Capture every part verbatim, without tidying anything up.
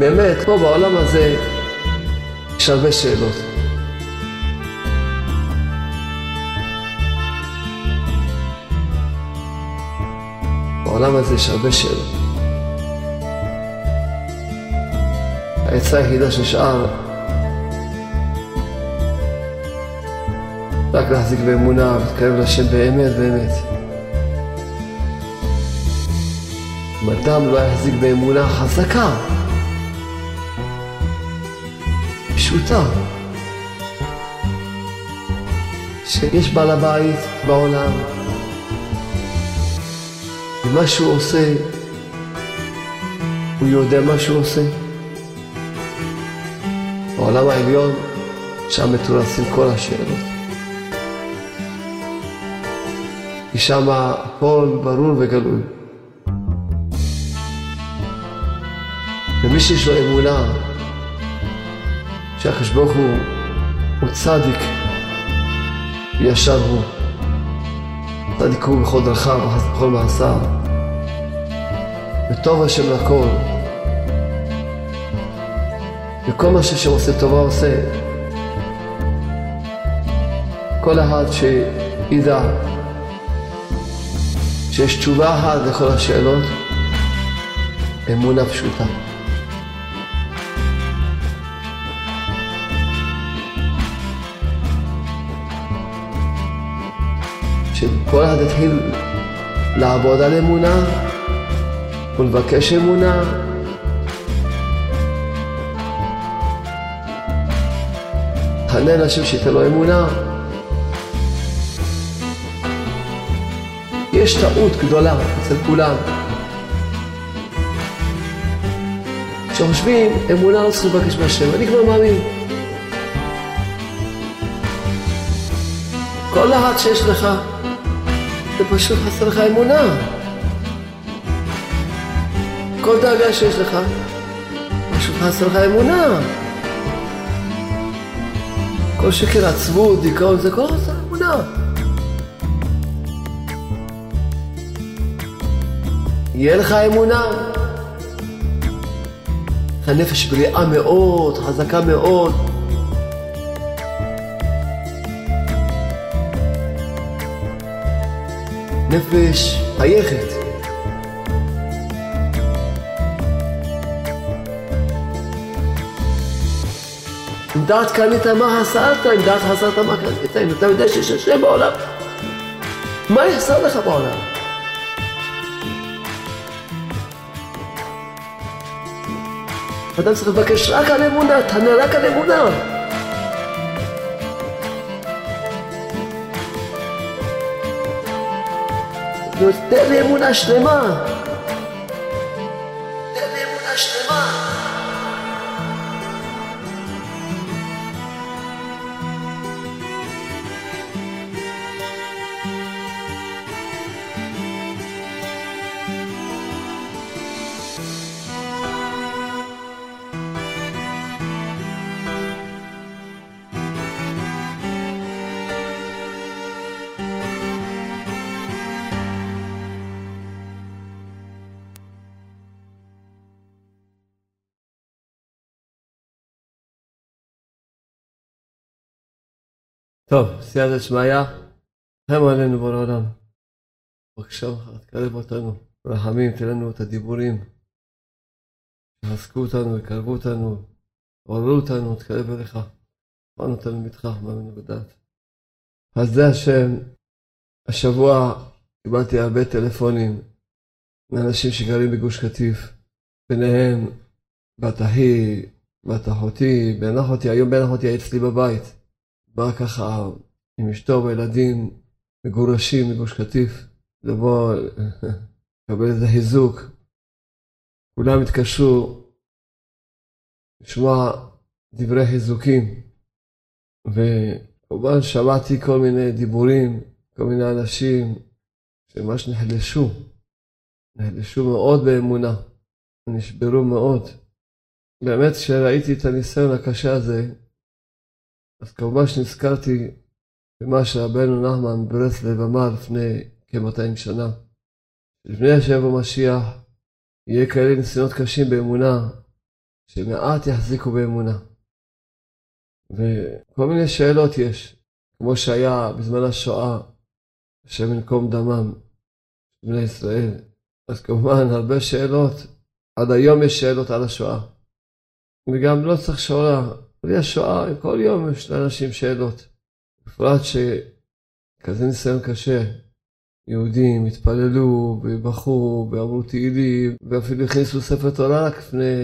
באמת, פה בעולם הזה יש הרבה שאלות. בעולם הזה יש הרבה שאלות. העצה היחידה שנשאר רק להחזיק באמונה ולהתקרב לשם באמת באמת. אם אדם לא יחזיק באמונה חזקה, פשוטה, שיש בעל הבית בעולם, ומה שהוא עושה, הוא יודע מה שהוא עושה. בעולם העליון, שם מתורצים כל השאלות. כי שם הכל ברור וגלוי. ומי שיש לו אמונה, שהקדוש ברוך הוא הוא צדיק, וישר הוא. צדיק הוא בכל דרכיו, בכל מעשיו. וטוב השם לכל. וכל מה שהשם עושה טובה עושה. כל אחד שידע שיש תשובה אחת לכל השאלות, אמונה פשוטה. שכל אחד יתחיל לעבוד על אמונה ולבקש אמונה, חנן השם שייתן לו אמונה. יש טעות גדולה אצל כולם שחושבים אמונה לא צריך לבקש מהשם. אני כבר מאמין, כל אחד שיש לך זה פשוט חסר לך אמונה. כל דאגה שיש לך פשוט חסר לך אמונה. כל שקר, עצבות, דיכאון, זה כל חסר אמונה. יהיה לך אמונה, הנפש בריאה מאוד, חזקה מאוד. נפש חייכת. אם דעת קנית מה חסרת, אם דעת חסרת מה קנית, אם אתה יודע שיש השם בעולם, מה יחסר לך בעולם? אדם צריך לבקש רק על אמונה, תענה רק על אמונה. תן לי אמונה שלמה. תן לי אמונה שלמה. טוב, סייעתא דשמיא, רחם עלינו בורא עולם. בבקשה ממך, תקרב אותנו, ברחמים, תן לנו את הדיבורים, תחזקו אותנו, יקרבו אותנו, עוררו אותנו, תקרב אליך, אמרנו תלמידך, מאמין בדעת. אז זה השם, השבוע קיבלתי הרבה טלפונים מאנשים שגרים בגוש קטיף, ביניהם בת אחי, בת אחותי, בן אחותי, היום בן אחותי היה אצלי בבית. בא ככה עם אשתו וילדים מגורשים מגוש קטיף, לבוא לקבל איזה חיזוק. כולם התקשרו לשמוע דברי חיזוקים, וכמובן שמעתי כל מיני דיבורים, כל מיני אנשים שממש נחלשו, נחלשו מאוד באמונה, נשברו מאוד. באמת כשראיתי את הניסיון הקשה הזה, אז כמובן שנזכרתי במה שרבנו נחמן ברסלב אמר לפני כ-מאתיים שנה. לפני שיבוא משיח, יהיה כאלה ניסיונות קשים באמונה, שמעט יחזיקו באמונה. וכל מיני שאלות יש, כמו שהיה בזמן השואה, השם ינקום דמם, בני ישראל. אז כמובן הרבה שאלות, עד היום יש שאלות על השואה. וגם לא צריך שואה, בלי השואה, כל יום יש לאנשים שאלות. בפרט שכזה ניסיון קשה, יהודים התפללו ובחרו ואמרו תהילים, ואפילו הכניסו ספר תורה רק לפני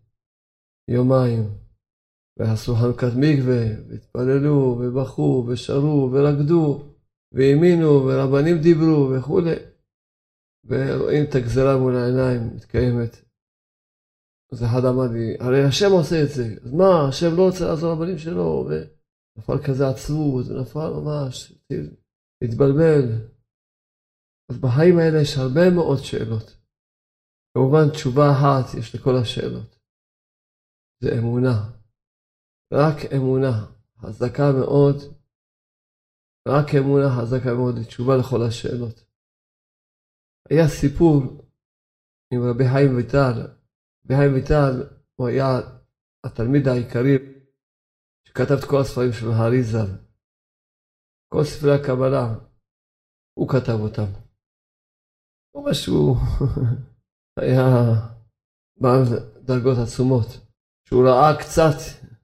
יומיים. ועשו חנוכת מקווה, והתפללו ובחרו ושרו ורקדו, והאמינו ורבנים דיברו וכו'. ורואים את הגזרה מול העיניים מתקיימת. אז אחד אמר לי, הרי השם עושה את זה, אז מה, השם לא רוצה לעזור לבנים שלו, ונפל כזה עצבות, ונפל ממש, התבלבל. אז בחיים האלה יש הרבה מאוד שאלות. כמובן תשובה אחת יש לכל השאלות. זה אמונה. רק אמונה, חזקה מאוד, רק אמונה חזקה מאוד, תשובה לכל השאלות. היה סיפור עם רבי חיים ויטל. רבי חיים ויטל הוא היה התלמיד העיקרי שכתב את כל הספרים של האריזל. כל ספרי הקבלה, הוא כתב אותם. הוא משהו היה בעל דרגות עצומות, שהוא ראה קצת,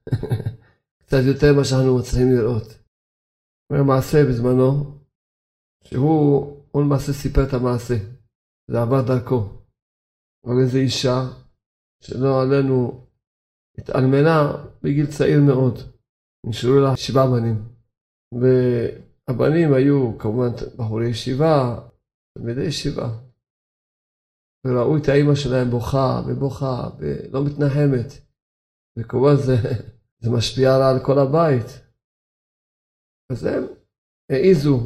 קצת יותר מה שאנחנו מצליחים לראות. הוא היה מעשה בזמנו, שהוא הוא למעשה סיפר את המעשה, זה עבר דרכו. אבל איזו אישה שלא עלינו התאלמנה בגיל צעיר מאוד, נשארו לה שבעה בנים. והבנים היו כמובן בחורי ישיבה, תלמידי ישיבה. וראו את האמא שלהם בוכה ובוכה ולא מתנחמת. וכמובן זה, זה משפיע רע על כל הבית. אז הם העיזו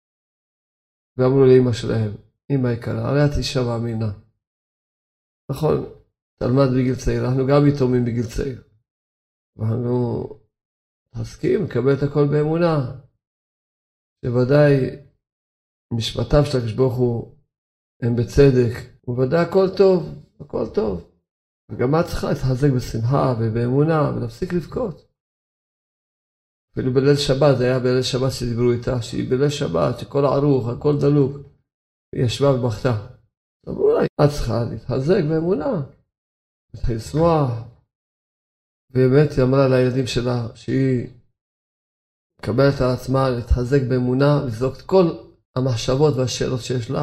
ואמרו לאמא שלהם, אמא יקרה, הרי את אישה מאמינה. נכון, תלמד בגיל צעיר, אנחנו גם יתומים בגיל צעיר. ואנחנו חזקים לקבל את הכל באמונה. שוודאי משפטיו של הקדוש ברוך הוא הם בצדק, וודאי הכל טוב, הכל טוב. וגם את צריכה להתחזק בשמחה ובאמונה ולהפסיק לבכות. אפילו בליל שבת, זה היה בליל שבת שדיברו איתה, שהיא בליל שבת, שכל ערוך, הכל דלוק, היא ישבה ובכתה. אמרו לה, את צריכה להתחזק באמונה, צריכה לשמוח. ובאמת היא אמרה לילדים שלה, שהיא מקבלת על עצמה להתחזק באמונה, לזרוק את כל המחשבות והשאלות שיש לה,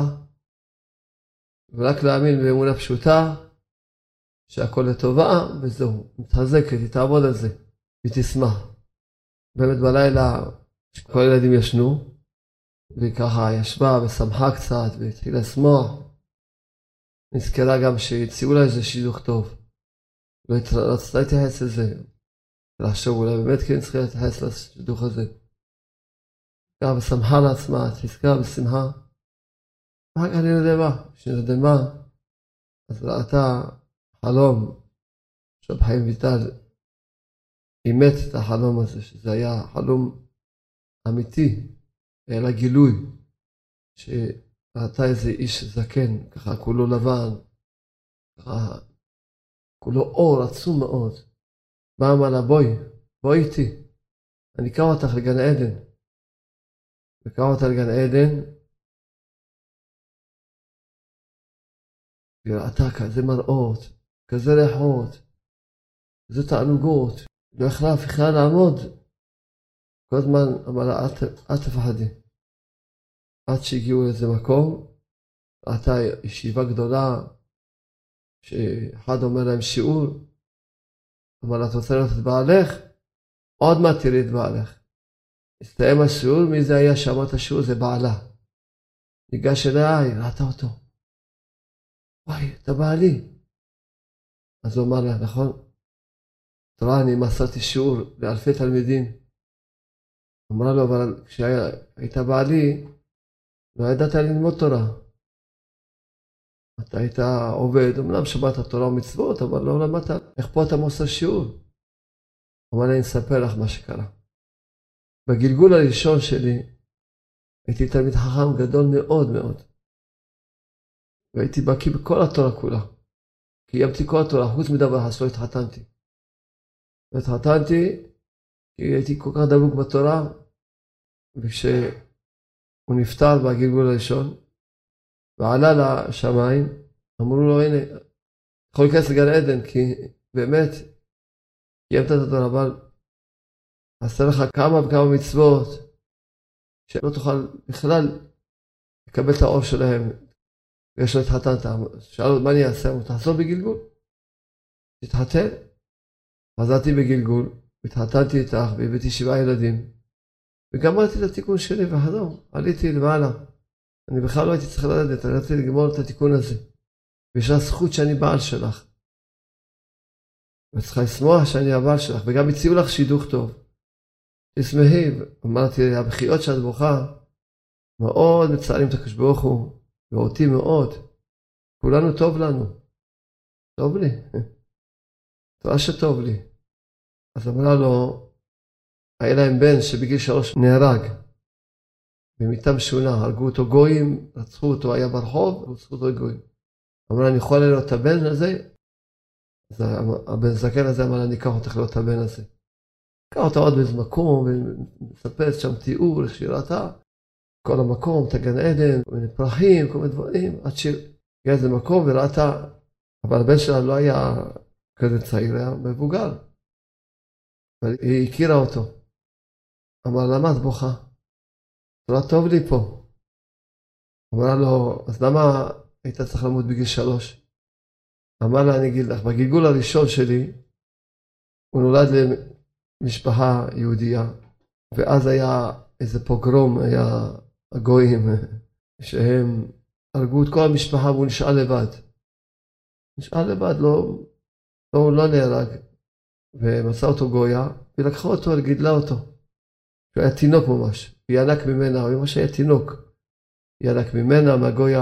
ורק להאמין באמונה פשוטה, שהכל לטובה, וזהו, מתחזקת, היא תעבוד על זה, היא תשמח. באמת בלילה, כל הילדים ישנו, והיא ככה ישבה ושמחה קצת, והתחילה לשמוח. נזכרה גם שהציעו לה איזה שידוך טוב. לא רצתה להתייחס לזה. לחשוב אולי באמת כן צריכה להתייחס לשידוך הזה. ככה ושמחה לעצמה, תזכה בשמחה. רק אני לא יודע מה, שנרדמה, אז ראתה חלום, שרבי חיים ויטל אימת את החלום הזה, שזה היה חלום אמיתי, היה לה גילוי, שראתה איזה איש זקן, ככה כולו לבן, ככה כולו אור עצום מאוד, בא אמר לה בואי, בואי איתי, אני אקח אותך לגן עדן, וקח אותה לגן עדן, וראתה כזה מראות, כזה ריחות, כזה תענוגות, לא יכלה אף אחד לעמוד. כל הזמן אמר לה, אל תפחדי. עד שהגיעו לאיזה מקום, ראתה ישיבה גדולה, שאחד אומר להם שיעור, אמר לה, את רוצה לראות את בעלך? עוד מעט תראי את בעלך. הסתיים השיעור, מי זה היה שאמר את השיעור? זה בעלה. ניגש אליי, ראתה אותו. וואי, אתה בעלי. אז הוא אמר לה, נכון? תראה, אני מסרתי שיעור לאלפי תלמידים. אמרה לו, אבל כשהיית בעלי, לא ידעת ללמוד תורה. אתה היית עובד, אמנם שמעת תורה ומצוות, אבל לא למדת. איך פה אתה מוסר שיעור? אמר לה, אני אספר לך מה שקרה. בגלגול הראשון שלי, הייתי תלמיד חכם גדול מאוד מאוד. והייתי בקיא בכל התורה כולה. כי קיימתי כל התורה, חוץ מדבר אחד, לא התחתנתי. והתחתנתי, כי הייתי כל כך דבוק בתורה, וכשהוא נפטר בגלגול הראשון, ועלה לשמיים, אמרו לו, הנה, יכול להיכנס לגן עדן, כי באמת, קיימת את התורה, אבל עשה לך כמה וכמה מצוות, שלא תוכל בכלל לקבל את האור שלהם, ויש לו התחתנת. שאל לו, מה אני אעשה? הוא תחזור בגלגול. תתחתן. חזרתי בגלגול, התחתנתי איתך, והבאתי שבעה ילדים, וגמרתי את התיקון שלי וחזור. עליתי למעלה. אני בכלל לא הייתי צריך לרדת, אני רציתי לגמור את התיקון הזה. ויש לה זכות שאני בעל שלך. וצריכה לשמוח שאני הבעל שלך, וגם הציעו לך שידוך טוב. תשמחי, אמרתי, הבכיות שאת בוכה, מאוד מצערים את הקדוש ברוך הוא, ואותי מאוד. כולנו טוב לנו. טוב לי. תראה שטוב לי. אז אמרה לו, היה להם בן שבגיל שלוש נהרג, במיטה משונה, הרגו אותו גויים, רצחו אותו, היה ברחוב, רצחו אותו גויים. אמרה, אני יכולה לראות את הבן הזה? אז הבן זקן הזה אמר, אני אקח אותך לראות את הבן הזה. קח אותה עוד באיזה מקום, ומספרת שם תיאור, איך שהיא ראתה, כל המקום, את הגן עדן, כל מיני פרחים, כל מיני דברים, עד שהגיעה איזה מקום וראתה, אבל הבן שלה לא היה כזה צעיר, היה מבוגר. אבל היא הכירה אותו. אמרה, למה את בוכה? לא טוב לי פה. אמרה לו, אז למה היית צריך למות בגיל שלוש? אמר לה, אני אגיד לך, בגלגול הראשון שלי, הוא נולד למשפחה יהודייה, ואז היה איזה פוגרום, היה הגויים, שהם הרגו את כל המשפחה והוא נשאר לבד. נשאר לבד, לא, לא, לא נהרג. ומצא אותו גויה, ולקחה אותו, גידלה אותו. הוא היה תינוק ממש, היא ינק ממנה, הוא ממש היה תינוק. היא ינק ממנה, מהגויה,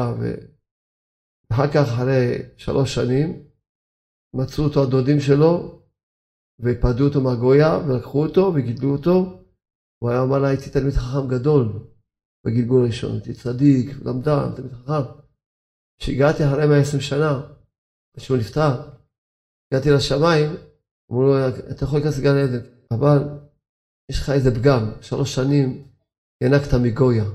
ואחר כך, אחרי שלוש שנים, מצאו אותו הדודים שלו, והפרדו אותו מהגויה, ולקחו אותו, וגידלו אותו. הוא היה אומר לה, הייתי תלמיד חכם גדול, בגלגול ראשון, הייתי צדיק, למדן, תלמיד חכם. כשהגעתי אחרי מאה ועשרים שנה, כשהוא נפטר, הגעתי לשמיים, אמרו לו, אתה יכול להיכנס לגן עדן, אבל יש לך איזה פגם, שלוש שנים ינקת מגויה.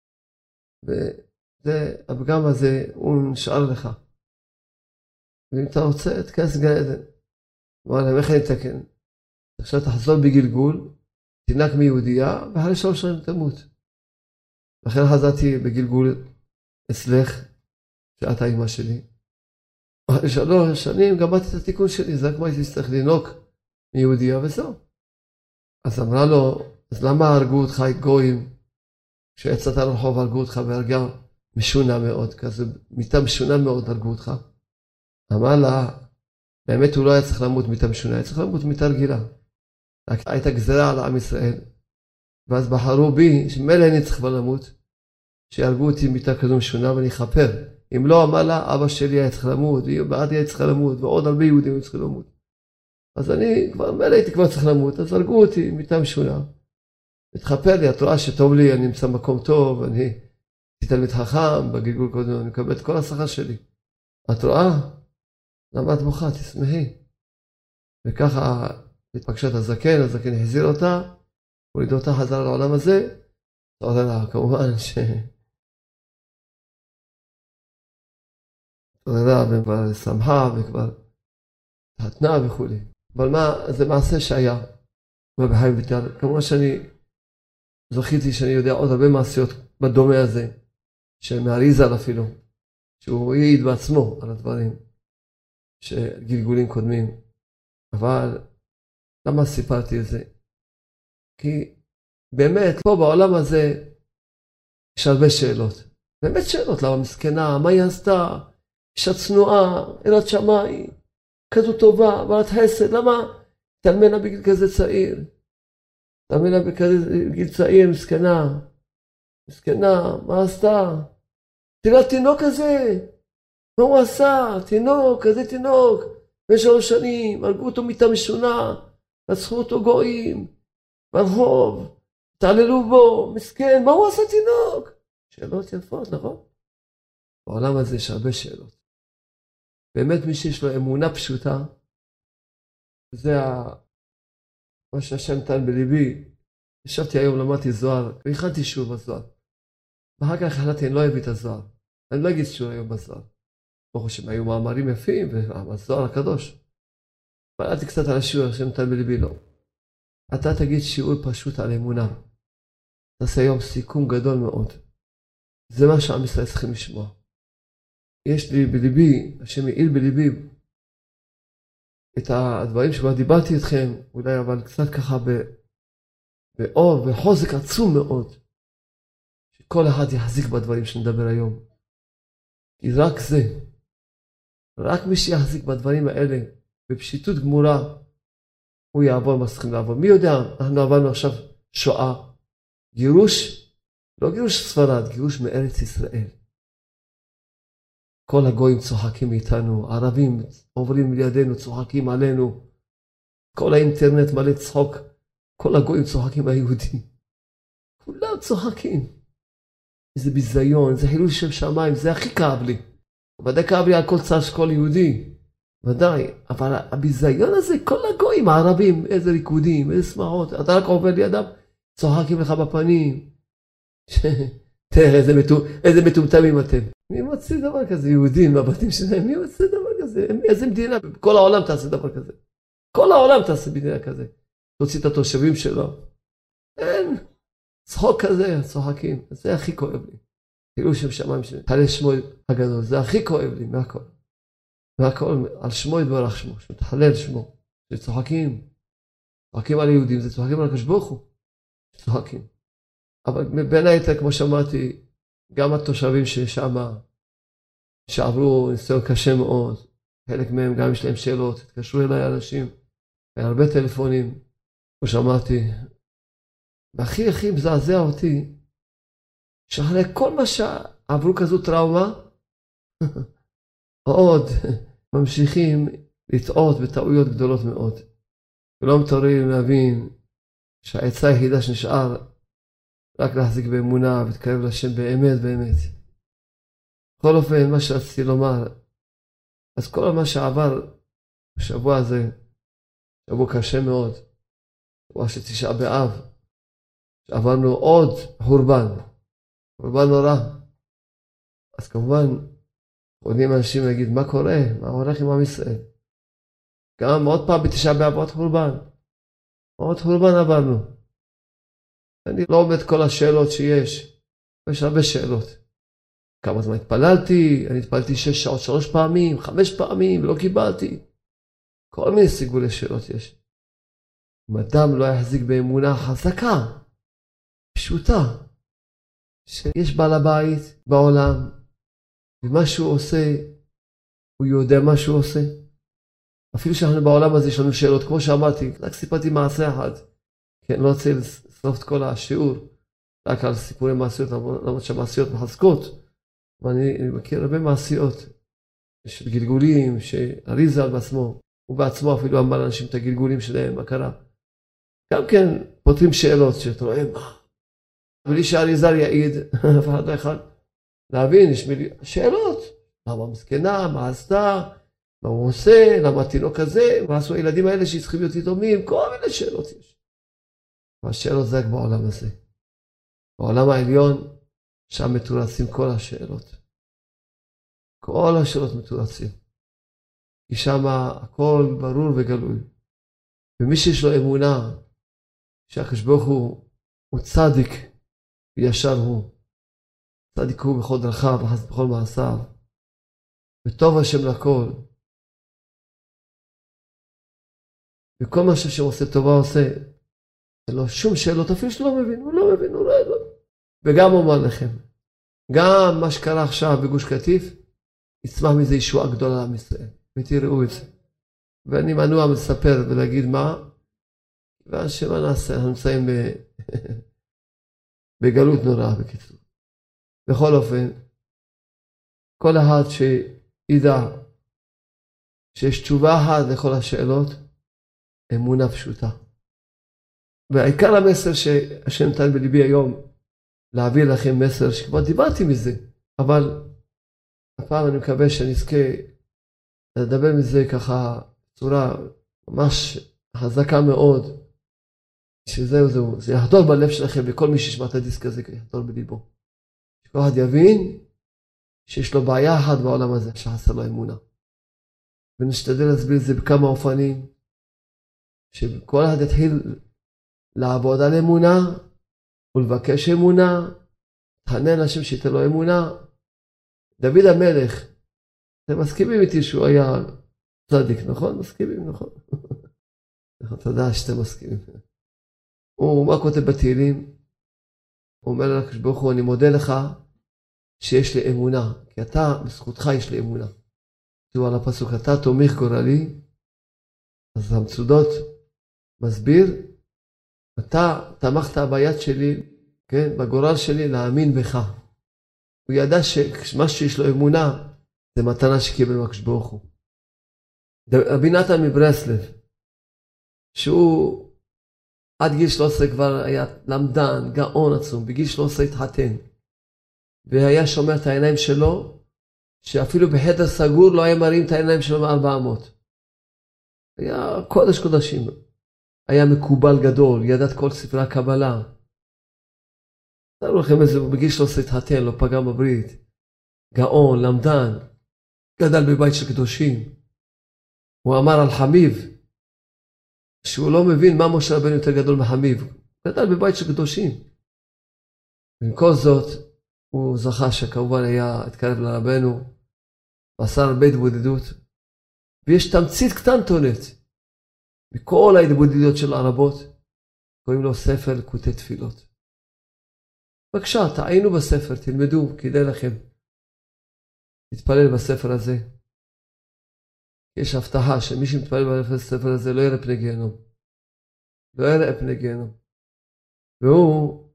והפגם הזה, הוא נשאר לך. ואם אתה רוצה, תכנס לגן עדן. אמר להם, איך אני אתקן? עכשיו תחזור בגלגול, תינק מיהודייה, ואחרי שלוש שנים תמות. לכן חזרתי בגלגול אצלך, שאת האמא שלי. אחרי שלוש שנים גמרתי את התיקון שלי, זה כמו הייתי צריך לנוק מיהודייה וזהו. אז אמרה לו, אז למה הרגו אותך גויים? כשיצאת לרחוב הרגו אותך בהרגה משונה מאוד, כזה מיטה משונה מאוד הרגו אותך. אמר לה, באמת הוא לא היה צריך למות מיטה משונה, היה צריך למות מיטה רגילה. הייתה גזרה על עם ישראל, ואז בחרו בי, שמילא אני צריך כבר למות, שיהרגו אותי מיטה כזו משונה ואני אחפר. אם לא, אמר לה, אבא שלי היה צריך למות, ואתי היה צריך למות, ועוד הרבה יהודים היו צריכים למות. אז אני כבר, מילא הייתי כבר צריך למות, אז הרגו אותי מיטה משונה. התחפר לי, את רואה שטוב לי, אני אמצא מקום טוב, אני תלמיד חכם, בגלגול קודם, אני מקבל את כל השכר שלי. את רואה? למה את בוכה? תשמחי. וככה התפגשה את הזקן, הזקן החזיר אותה, הוליד אותה חזרה לעולם הזה, תודה לה, כמובן ש... תודה לה, וכבר שמחה, וכבר התנה וכו'. אבל מה, זה מעשה שהיה, ובחיים ויתר, כמובן שאני זוכיתי שאני יודע עוד הרבה מעשיות בדומה הזה, שמאריזל אפילו, שהוא יעיד בעצמו על הדברים, שגלגולים קודמים. אבל למה סיפרתי את זה? כי באמת, פה בעולם הזה יש הרבה שאלות. באמת שאלות, למה מסכנה, מה היא עשתה, אישה צנועה, אלת שמיים, כזו טובה, בעלת חסד, למה תלמנה בגיל כזה צעיר? תלמנה בגיל צעיר, מסכנה, מסכנה, מה עשתה? תראה תינוק הזה, מה הוא עשה? תינוק, כזה תינוק, בשלוש שנים, הרגו אותו מיטה משונה, רצחו אותו גויים, ברחוב, תעללו בו, מסכן, מה הוא עשה תינוק? שאלות יפות, נכון? בעולם הזה יש הרבה שאלות. באמת מי שיש לו אמונה פשוטה, זה מה שהשם נתן בליבי. ישבתי היום, למדתי זוהר, והכנתי שיעור בזוהר. ואחר כך החלטתי, אני לא אביא את הזוהר. אני לא אגיד שיעור היום בזוהר. ברוך השם, היו מאמרים יפים, והזוהר הקדוש. פעלתי קצת על השיעור, השם נתן בליבי, לא. אתה תגיד שיעור פשוט על אמונה. תעשה היום סיכום גדול מאוד. זה מה שעם ישראל צריכים לשמוע. יש לי בליבי, השם יעיל בליבי, את הדברים שכבר דיברתי איתכם, אולי אבל קצת ככה באור וחוזק עצום מאוד, שכל אחד יחזיק בדברים שנדבר היום. כי רק זה, רק מי שיחזיק בדברים האלה, בפשיטות גמורה, הוא יעבור מה שצריכים לעבור. מי יודע, אנחנו עברנו עכשיו שואה, גירוש, לא גירוש ספרד, גירוש מארץ ישראל. כל הגויים צוחקים איתנו, ערבים עוברים לידינו, צוחקים עלינו, כל האינטרנט מלא צחוק, כל הגויים צוחקים היהודים. כולם צוחקים. איזה ביזיון, זה חילול שם שמיים, זה הכי כאב לי. ודאי כאב לי על כל צער של כל יהודי, ודאי, אבל הביזיון הזה, כל הגויים הערבים, איזה ריקודים, איזה שמחות, אתה רק עובר לידם, צוחקים לך בפנים. תראה, איזה, מטו, איזה מטומטמים אתם. מי מוציא דבר כזה? יהודים, בבתים שלהם, מי מוציא דבר כזה? איזה מדינה? כל העולם תעשה דבר כזה. כל העולם תעשה מדינה כזה. תוציא את התושבים שלו. אין. צחוק כזה, צוחקים. זה הכי כואב לי. כאילו שם שמיים שלי. תעלה שמו הגדול. זה הכי כואב לי, מהכל. מהכל, על שמו יתברך שמו. שמתחלל שמו. שצוחקים. צוחקים על יהודים, זה צוחקים על הקדוש ברוך הוא. צוחקים. אבל בין היתר, כמו שאמרתי, גם התושבים ששם, שעברו ניסיון קשה מאוד, חלק מהם גם יש להם שאלות, התקשרו אליי אנשים, והרבה טלפונים, כמו שאמרתי, והכי הכי מזעזע אותי, שאחרי כל מה שעברו כזו טראומה, עוד ממשיכים לטעות בטעויות גדולות מאוד, ולא מתעוררים להבין שהעצה היחידה שנשאר, רק להחזיק באמונה ולהתקרב לשם באמת באמת. בכל אופן, מה שרציתי לומר, אז כל מה שעבר בשבוע הזה, שבוע קשה מאוד, שבוע של תשעה באב, שעברנו עוד חורבן, חורבן נורא. אז כמובן, עונים אנשים להגיד, מה קורה? מה הולך עם עם ישראל? גם עוד פעם בתשעה באב עוד חורבן. עוד חורבן עברנו. אני לא עומד כל השאלות שיש, יש הרבה שאלות. כמה זמן התפללתי, אני התפללתי שש שעות שלוש פעמים, חמש פעמים, לא קיבלתי. כל מיני סיגולי שאלות יש. אם אדם לא יחזיק באמונה חזקה, פשוטה, שיש בעל הבית בעולם, ומה שהוא עושה, הוא יודע מה שהוא עושה. אפילו שאנחנו בעולם הזה יש לנו שאלות, כמו שאמרתי, רק סיפרתי מעשה אחד, כן, לא רוצה לסוף את כל השיעור, רק על סיפורי מעשיות, למרות שהמעשיות מחזקות, אבל אני מכיר הרבה מעשיות של גלגולים, שהריזל בעצמו, הוא בעצמו אפילו אמר לאנשים את הגלגולים שלהם, מה קרה. גם כן פותרים שאלות, שאתה רואה מה, בלי שהריזל יעיד, אף אחד לא אחד, להבין, יש מילי, שאלות, למה מסכנה, מה עשתה, מה הוא עושה, למה התינוק כזה, מה עשו הילדים האלה שצריכים להיות יתומים, כל מיני שאלות יש. והשאלות זה רק בעולם הזה. בעולם העליון, שם מתורצים כל השאלות. כל השאלות מתורצים. כי שם הכל ברור וגלוי. ומי שיש לו אמונה, שהקדוש ברוך הוא, הוא צדיק, וישר הוא. צדיק הוא בכל דרכיו, בכל מעשיו. וטוב השם לכל. וכל מה שהשם עושה טובה עושה, אין לו שום שאלות, אפילו שלא מבין, הוא לא מבין, הוא לא יודע. וגם אומר לכם, גם מה שקרה עכשיו בגוש קטיף, יצמח מזה ישועה גדולה לעם ישראל, ותראו את זה. ואני מנוע מספר ולהגיד מה, ואז שמה נעשה, אנחנו נמצאים ב... בגלות נוראה בקיצור. בכל אופן, כל אחד שידע שיש תשובה אחת לכל השאלות, אמונה פשוטה. והעיקר המסר שהשם נתן בליבי היום, להעביר לכם מסר שכבר דיברתי מזה, אבל הפעם אני מקווה שנזכה לדבר מזה ככה בצורה ממש חזקה מאוד, שזהו זהו, זה יחדור בלב שלכם, וכל מי שישמע את הדיסק הזה יחדור בליבו. שכל אחד יבין שיש לו בעיה אחת בעולם הזה, שחסר לו אמונה. ונשתדל להסביר את זה בכמה אופנים, שכל אחד יתחיל לעבוד על אמונה, ולבקש אמונה, תענה לשם שייתן לו אמונה. דוד המלך, אתם מסכימים איתי שהוא היה צדיק, נכון? מסכימים, נכון? תודה שאתם מסכימים. הוא, מה כותב בתהילים? הוא אומר לקדוש ברוך הוא, אני מודה לך שיש לי אמונה, כי אתה, בזכותך יש לי אמונה. תראו על הפסוק, אתה תומך גורלי, אז המצודות מסביר, אתה תמכת ביד שלי, כן, בגורל שלי להאמין בך. הוא ידע שמה שיש לו אמונה, זה מתנה שקיבל מהקדוש ברוך הוא. רבי נתן מברסלב, שהוא עד גיל שלוש עשרה כבר היה למדן, גאון עצום, בגיל שלוש עשרה התחתן, והיה שומר את העיניים שלו, שאפילו בחדר סגור לא היה מרים את העיניים שלו מארבע מאות. היה קודש קודשים, היה מקובל גדול, ידע את כל ספרי הקבלה. תראו לכם איזה, בגיל שלוש עשרה התחתן, לא פגם בברית, גאון, למדן, גדל בבית של קדושים. הוא אמר על חמיב, שהוא לא מבין מה משה רבנו יותר גדול מחמיב. הוא גדל בבית של קדושים. עם כל זאת, הוא זכה שכמובן היה התקרב לרבנו, ועשה הרבה התבודדות, ויש תמצית קטנטונת, מכל ההתבודדות של הרבות, קוראים לו ספר לקוטי תפילות. בבקשה, תעיינו בספר, תלמדו, כדאי לכם. תתפלל בספר הזה. יש הבטחה שמי שמתפלל בספר הזה לא יראה פני גיהנום. לא יראה פני גיהנום. והוא,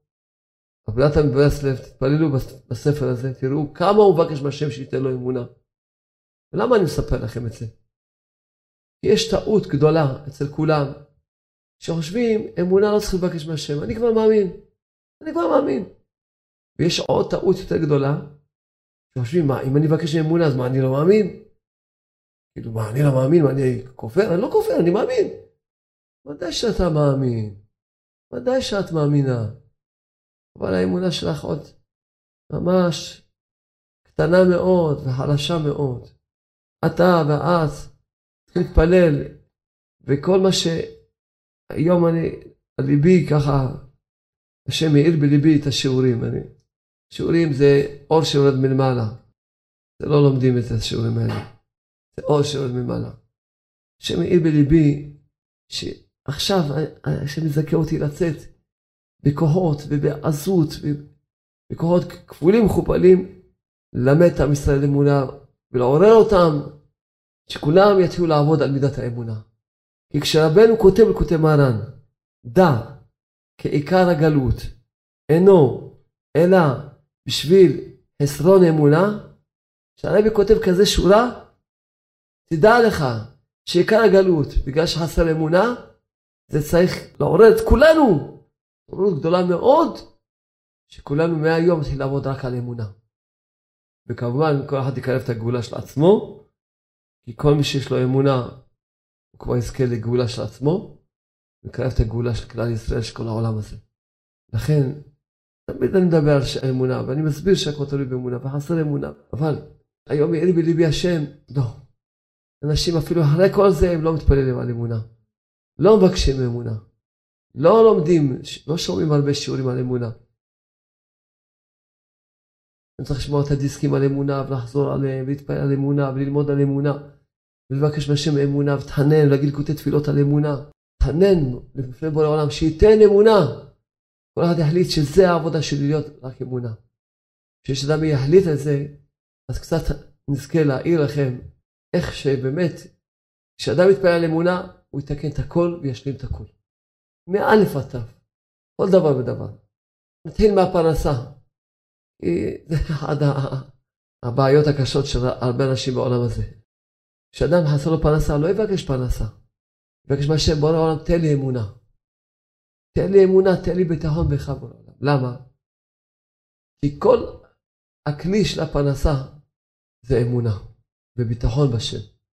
רבי נתן מברסלב, תתפללו בספר הזה, תראו כמה הוא מבקש מהשם שייתן לו אמונה. ולמה אני מספר לכם את זה? כי יש טעות גדולה אצל כולם, שחושבים אמונה לא צריך לבקש מהשם. אני כבר מאמין. אני כבר מאמין. ויש עוד טעות יותר גדולה, שחושבים, מה, אם אני מבקש אמונה, אז מה, אני לא מאמין? כאילו, מה, אני לא מאמין, מה, אני כופר? אני לא כופר, אני מאמין. ודאי שאתה מאמין. ודאי שאת מאמינה. אבל האמונה שלך עוד ממש קטנה מאוד וחלשה מאוד. אתה ואת צריכים להתפלל, וכל מה שהיום אני, על ליבי ככה, השם מאיר בליבי את השיעורים. אני, שיעורים זה אור שיורד מלמעלה. זה לא לומדים את השיעורים האלה. זה אור שיורד מלמעלה. השם מאיר בליבי שעכשיו השם מזכה אותי לצאת בכוחות ובעזות ובכוחות כפולים ומכופלים ללמד את עם ישראל אמונה ולעורר אותם שכולם יתחילו לעבוד על מידת האמונה. כי כשרבנו כותב לכותב מרן, דע כעיקר הגלות אינו אלא בשביל חסרון אמונה, כשהרבי כותב כזה שורה, תדע לך שעיקר הגלות בגלל שחסר אמונה, זה צריך לעורר את כולנו, עוררות גדולה מאוד, שכולנו מהיום נתחיל לעבוד רק על אמונה. וכמובן כל אחד יקרב את הגאולה של עצמו, כי כל מי שיש לו אמונה, הוא כבר יזכה לגאולה של עצמו, וקרב את הגאולה של כלל ישראל, של כל העולם הזה. לכן, תמיד אני מדבר על האמונה, ואני מסביר שהכל תלוי באמונה, וחסר אמונה. אבל היום יאיר בליבי השם, לא. אנשים אפילו אחרי כל זה, הם לא מתפללים על אמונה. לא מבקשים אמונה. לא לומדים, לא שומעים הרבה שיעורים על אמונה. אני צריך לשמוע את הדיסקים על אמונה, ולחזור עליהם, ולהתפלל על אמונה, וללמוד על אמונה, ולבקש מהשם אמונה, ותחנן, ולהגיד קוטי תפילות על אמונה. תחנן לפני בורא העולם, שייתן אמונה. כל אחד יחליט שזה העבודה שלי להיות רק אמונה. כשאדם יחליט על זה, אז קצת נזכה להעיר לכם, איך שבאמת, כשאדם מתפלל על אמונה, הוא יתקן את הכל וישלים את הכל. מאלף עד תו, כל דבר ודבר. נתחיל מהפרנסה. זה אחד הבעיות הקשות של הרבה אנשים בעולם הזה. כשאדם חסר לו פרנסה, לא יבקש פרנסה. יבקש מהשם, בורא העולם, תן לי אמונה. תן לי אמונה, תן לי ביטחון בך בורא העולם. למה? כי כל הכלי של הפרנסה זה אמונה וביטחון בשם.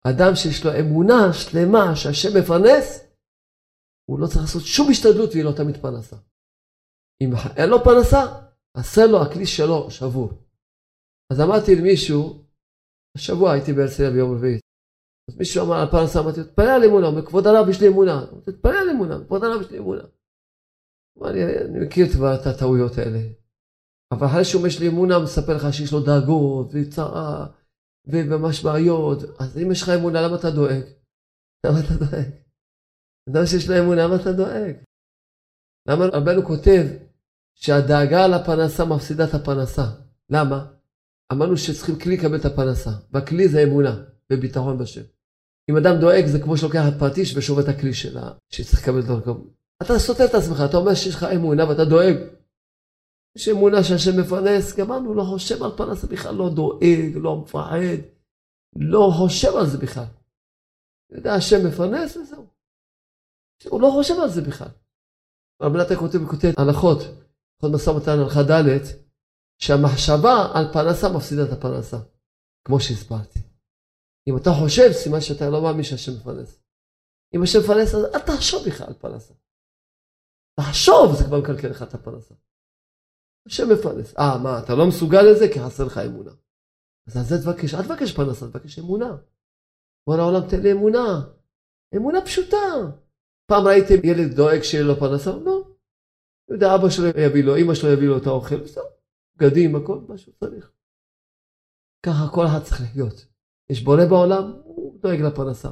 אדם שיש לו אמונה שלמה שהשם מפרנס, הוא לא צריך לעשות שום השתדלות והיא לא תמיד פרנסה. אם אין לו פרנסה, עשה לו הכלי שלו שבור. אז אמרתי למישהו, השבוע הייתי בהרצליה ביום רביעי, אז מישהו אמר על פרנסה, אמרתי, תתפלל על אמונה, מכבוד הרב יש לי אמונה, תתפלל על אמונה, מכבוד הרב יש לי אמונה. אני, אני מכיר כבר את הטעויות האלה. אבל אחרי שהוא יש לי אמונה, מספר לך שיש לו דאגות וצרה וממש בעיות. אז אם יש לך אמונה, למה אתה דואג? למה אתה דואג? אדם שיש לו אמונה, למה אתה דואג? למה רבנו כותב שהדאגה על הפרנסה מפסידה את הפרנסה? למה? אמרנו שצריכים כלי לקבל את הפרנסה, והכלי זה אמונה וביטחון בשם. אם אדם דואג זה כמו שלוקח את פטיש ושובר את הכלי שלה, שצריך לקבל את דרכו. אתה סותר את עצמך, אתה אומר שיש לך אמונה ואתה דואג. יש אמונה שהשם מפרנס, גמרנו, לא חושב על פרנסה בכלל, לא דואג, לא מפחד, לא חושב על זה בכלל. יודע, השם מפרנס וזהו. הוא לא חושב על זה בכלל. רבי נתן כותב בכותב הלכות, הלכות משא ומתן הלכה ד', שהמחשבה על פרנסה מפסידה את הפרנסה, כמו שהסברתי. אם אתה חושב, סימן שאתה לא מאמין שהשם מפרנס. אם השם מפרנס, אז אל תחשוב בכלל על פרנסה. תחשוב, זה כבר מקלקל לך את הפרנסה. השם מפרנס. אה, מה, אתה לא מסוגל לזה? כי חסר לך אמונה. אז על זה תבקש, אל תבקש פרנסה, תבקש אמונה. בוא לעולם תן לי אמונה. אמונה פשוטה. פעם ראיתם ילד דואג שיהיה לו פרנסה? לא. יודע, אבא שלו יביא לו, אמא שלו יביא לו את האוכל, בסדר. בגדים, הכל, מה שהוא צריך. ככה כל אחד צריך לחיות. יש בורא בעולם, הוא דואג לפרנסה.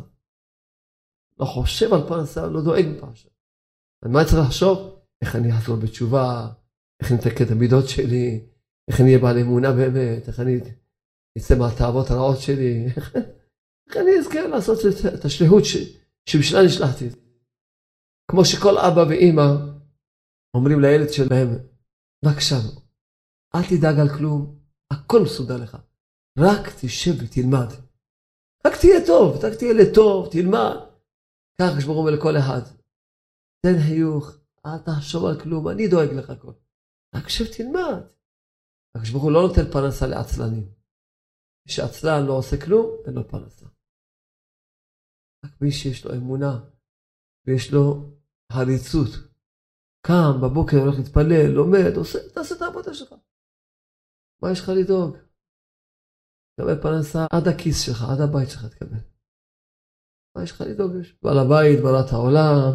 לא חושב על פרנסה, לא דואג מפרנסה. על מה צריך לחשוב? איך אני אחזור בתשובה, איך אני אתקן את המידות שלי, איך אני אהיה בעל אמונה באמת, איך אני אצא מהתאוות הרעות שלי, איך אני אזכר לעשות את השליחות שבשבילה נשלחתי. כמו שכל אבא ואמא אומרים לילד שלהם, בבקשה, אל תדאג על כלום, הכל מסודר לך, רק תשב ותלמד. רק תהיה טוב, רק תהיה לטוב, תלמד. כך כשברוך הוא לכל אחד. תן חיוך, אל תחשוב על כלום, אני דואג לך הכל. רק שב תלמד. רק כשברוך הוא לא נותן פרנסה לעצלנים. מי שעצלן לא עושה כלום, אין לו פרנסה. רק מי שיש לו אמונה, ויש לו חריצות, קם בבוקר, הולך להתפלל, לומד, עושה, תעשה את העבודה שלך. מה יש לך לדאוג? תקבל פרנסה עד הכיס שלך, עד הבית שלך תקבל. מה יש לך לדאוג? בעל הבית, בעלת העולם.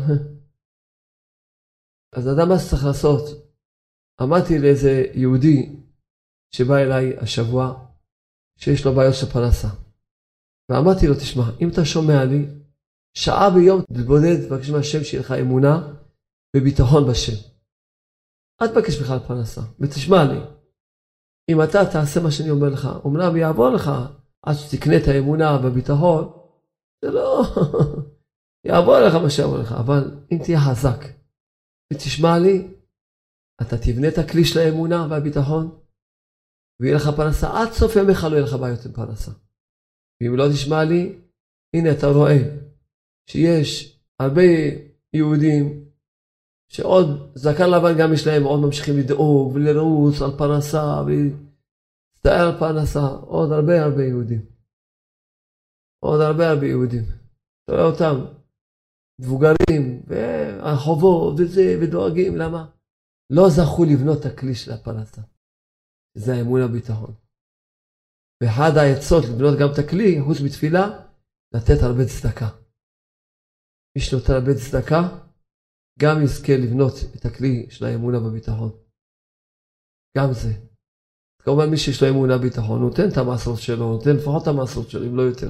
אז אדם מה שצריך לעשות? אמרתי לאיזה יהודי שבא אליי השבוע, שיש לו בעיות של פרנסה. ואמרתי לו, תשמע, אם אתה שומע לי, שעה ביום תתבודד, תבקש מהשם שיהיה לך אמונה וביטחון בשם. אל תבקש בכלל פרנסה, ותשמע לי. אם אתה תעשה מה שאני אומר לך, אומנם יעבור לך עד שתקנה את האמונה והביטחון, זה לא, יעבור לך מה שיעבור לך, אבל אם תהיה חזק ותשמע לי, אתה תבנה את הכלי של האמונה והביטחון, ויהיה לך פרנסה, עד סוף ימיך לא יהיה לך בעיות עם פרנסה. ואם לא תשמע לי, הנה אתה רואה שיש הרבה יהודים שעוד זקן לבן גם יש להם, עוד ממשיכים לדאוג ולרוץ על פרנסה ולהסתער על פרנסה, עוד הרבה הרבה יהודים. עוד הרבה הרבה יהודים. אתה רואה אותם, מבוגרים, והחובות וזה, ודואגים, למה? לא זכו לבנות את הכלי של הפרנסה. זה האמון הביטחון. ואחד העצות לבנות גם את הכלי, חוץ בתפילה, לתת הרבה צדקה. מי שנותן הרבה צדקה, גם יזכה לבנות את הכלי של האמונה בביטחון. גם זה. כמובן מי שיש לו אמונה בביטחון, הוא נותן את המעשרות שלו, הוא נותן לפחות את המעשרות שלו, אם לא יותר.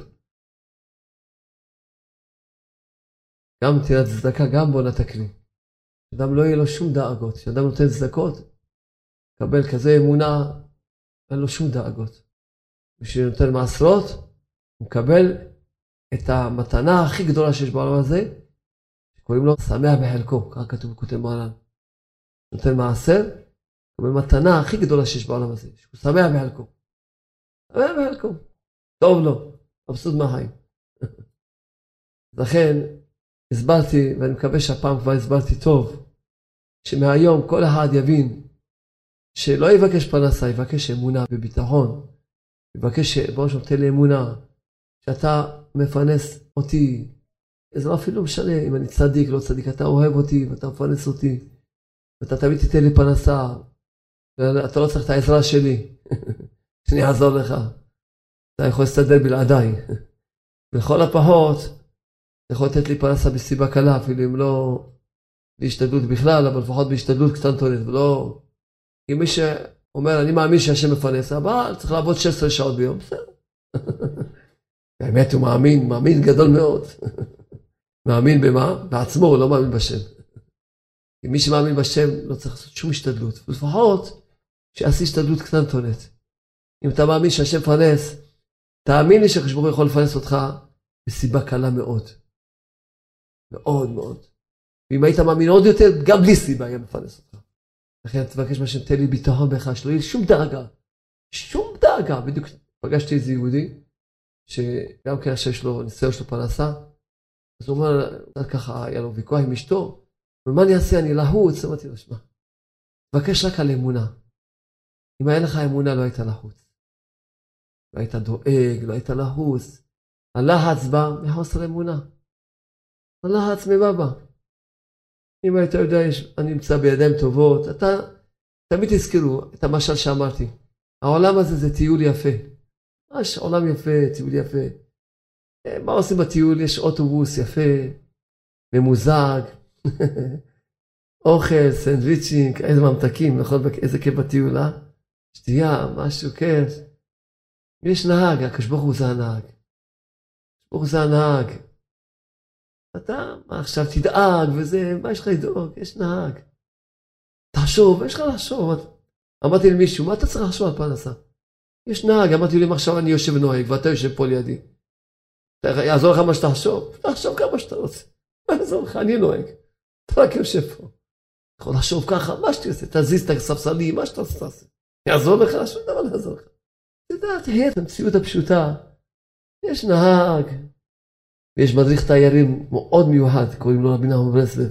גם נתינת צדקה, גם בונה את הכלי. אדם לא יהיה לו שום דאגות. כשאדם נותן צדקות, קבל כזה אמונה, אין לו שום דאגות. כשנותן מעשרות, הוא מקבל את המתנה הכי גדולה שיש בעולם הזה, קוראים לו שמח בחלקו, כך כתוב בכותב מרן. נותן מעשר, קוראים מתנה הכי גדולה שיש בעולם הזה, שהוא שמח בחלקו. שמח בחלקו. טוב לו, מבסוט מהחיים. לכן, הסברתי, ואני מקווה שהפעם כבר הסברתי טוב, שמהיום כל אחד יבין, שלא יבקש פרנסה, יבקש אמונה בביטחון, יבקש שבוא שנותן לי אמונה, שאתה מפרנס אותי, זה לא אפילו משנה אם אני צדיק, לא צדיק, אתה אוהב אותי ואתה מפרנס אותי, ואתה תמיד תיתן לי פרנסה, ואתה לא צריך את העזרה שלי, שאני אעזור לך, אתה יכול להסתדר בלעדיי. בכל הפחות, אתה יכול לתת לי פרנסה בסיבה קלה, אפילו אם לא בהשתדלות בכלל, אבל לפחות בהשתדלות קטנטונת, ולא, כי מי שאומר, אני מאמין שהשם מפרנס, אבל צריך לעבוד שש עשרה שעות ביום, בסדר. באמת הוא מאמין, מאמין גדול מאוד. מאמין במה? בעצמו, הוא לא מאמין בשם. כי מי שמאמין בשם לא צריך לעשות שום השתדלות. ולפחות, שיעשי השתדלות קטנטונת. אם אתה מאמין שהשם מפרנס, תאמין לי שהקדוש ברוך הוא יכול לפרנס אותך בסיבה קלה מאוד. מאוד מאוד. ואם היית מאמין עוד יותר, גם בלי סיבה היה מפרנס אותך. לכן תבקש מהשם, תן לי ביטחון בך, שלא יהיה שום דאגה. שום דאגה. בדיוק פגשתי איזה יהודי, שגם כן עכשיו יש לו ניסיון שלו פרנסה, אז הוא אומר, ככה היה לו ויכוח עם אשתו, ומה אני אעשה? אני לחוץ. אמרתי לו, שמע, תבקש רק על אמונה. אם היה לך אמונה, לא היית לחוץ. לא היית דואג, לא היית לחוץ. הלחץ בא מחוסר אמונה. הלחץ מבא. אם היית יודע, אני נמצא בידיים טובות, אתה תמיד תזכרו את המשל שאמרתי. העולם הזה זה טיול יפה. יש עולם יפה, טיול יפה. מה עושים בטיול? יש אוטובוס יפה, ממוזג, אוכל, סנדוויצ'ינג, איזה ממתקים, נכון? איזה כיף בטיול, אה? שתייה, משהו כיף. יש נהג, הקדוש ברוך הוא זה הנהג. הקדוש ברוך הוא זה הנהג. אתה, מה עכשיו תדאג וזה, מה יש לך לדאוג? יש נהג. תחשוב, יש לך לחשוב. אמרתי למישהו, מה אתה צריך לחשוב על פרנסה? יש נהג, אמרתי לי, עכשיו אני יושב ונוהג, ואתה יושב פה לידי. יעזור לך מה שתחשוב? תחשוב כמה שאתה רוצה. מה יעזור לך? אני נוהג. אתה רק יושב פה. אתה יכול לחשוב ככה, מה שאתה עושה, תזיז את הספסלים, מה שאתה עושה. יעזור לך? שום דבר לא יעזור לך. אתה יודע, תהיה את המציאות הפשוטה. יש נהג, ויש מדריך תיירים מאוד מיוחד, קוראים לו רבי נחמן מברסלב.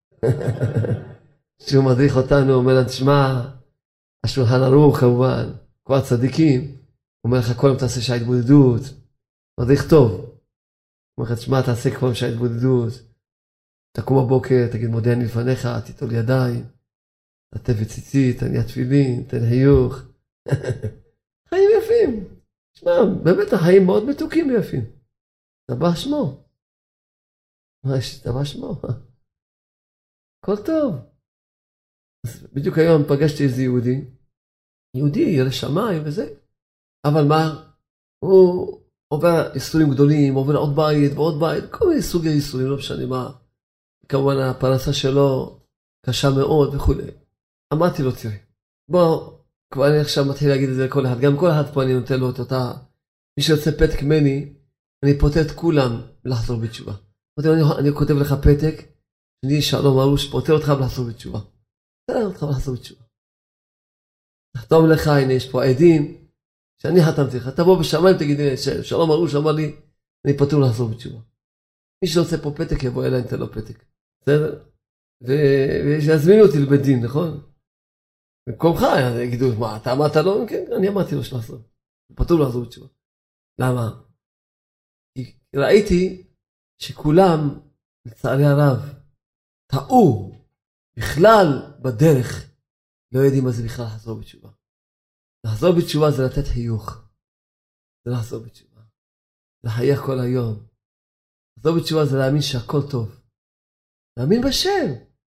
שהוא מדריך אותנו, אומר לה, תשמע, השולחן ערוך כמובן, כל הצדיקים, אומר לך, כל יום תעשה שעה התבודדות, מדריך טוב. אומר לך, תשמע, תעשה כל יום שעה התבודדות, תקום בבוקר, תגיד מודה אני לפניך, תיטול ידיים, תטף וציצית, תניע תפילין, תן חיוך. חיים יפים. תשמע, באמת החיים מאוד מתוקים ויפים. תבע שמו. מה יש? תבע שמו. הכל טוב. אז בדיוק היום פגשתי איזה יהודי, יהודי, ירא שמיים וזה, אבל מה? הוא עובר איסורים גדולים, עובר עוד בית ועוד בית, כל מיני סוגי איסורים, לא משנה מה. כמובן הפרנסה שלו קשה מאוד וכו'. אמרתי לו, תראי, בוא, כבר אני עכשיו מתחיל להגיד את זה לכל אחד, גם כל אחד פה אני נותן לו את אותה, מי שיוצא פתק ממני, אני פוטר את כולם לחזור בתשובה. אני, אני כותב לך פתק, אני שלום ארוש, פוטר אותך לחזור בתשובה. פוטר אותך לחזור בתשובה. תחתום לך, הנה יש פה עדים, שאני חתמתי לך, תבוא בשמיים, תגיד, שלום ארוש אמר לי, אני פוטר לחזור בתשובה. מי שרוצה פה פתק יבוא אליי, נתן לו פתק. בסדר? ויזמינו אותי לבית דין, נכון? במקומך, יגידו, מה, אתה אמרת לו? כן, אני אמרתי לו שלחזור. פוטר לחזור בתשובה. למה? כי ראיתי שכולם, לצערי הרב, טעו בכלל בדרך, לא יודעים מה זה בכלל לחזור בתשובה. לחזור בתשובה זה לתת חיוך. זה לחזור בתשובה. לחייך כל היום. לחזור בתשובה זה להאמין שהכל טוב. להאמין בשם.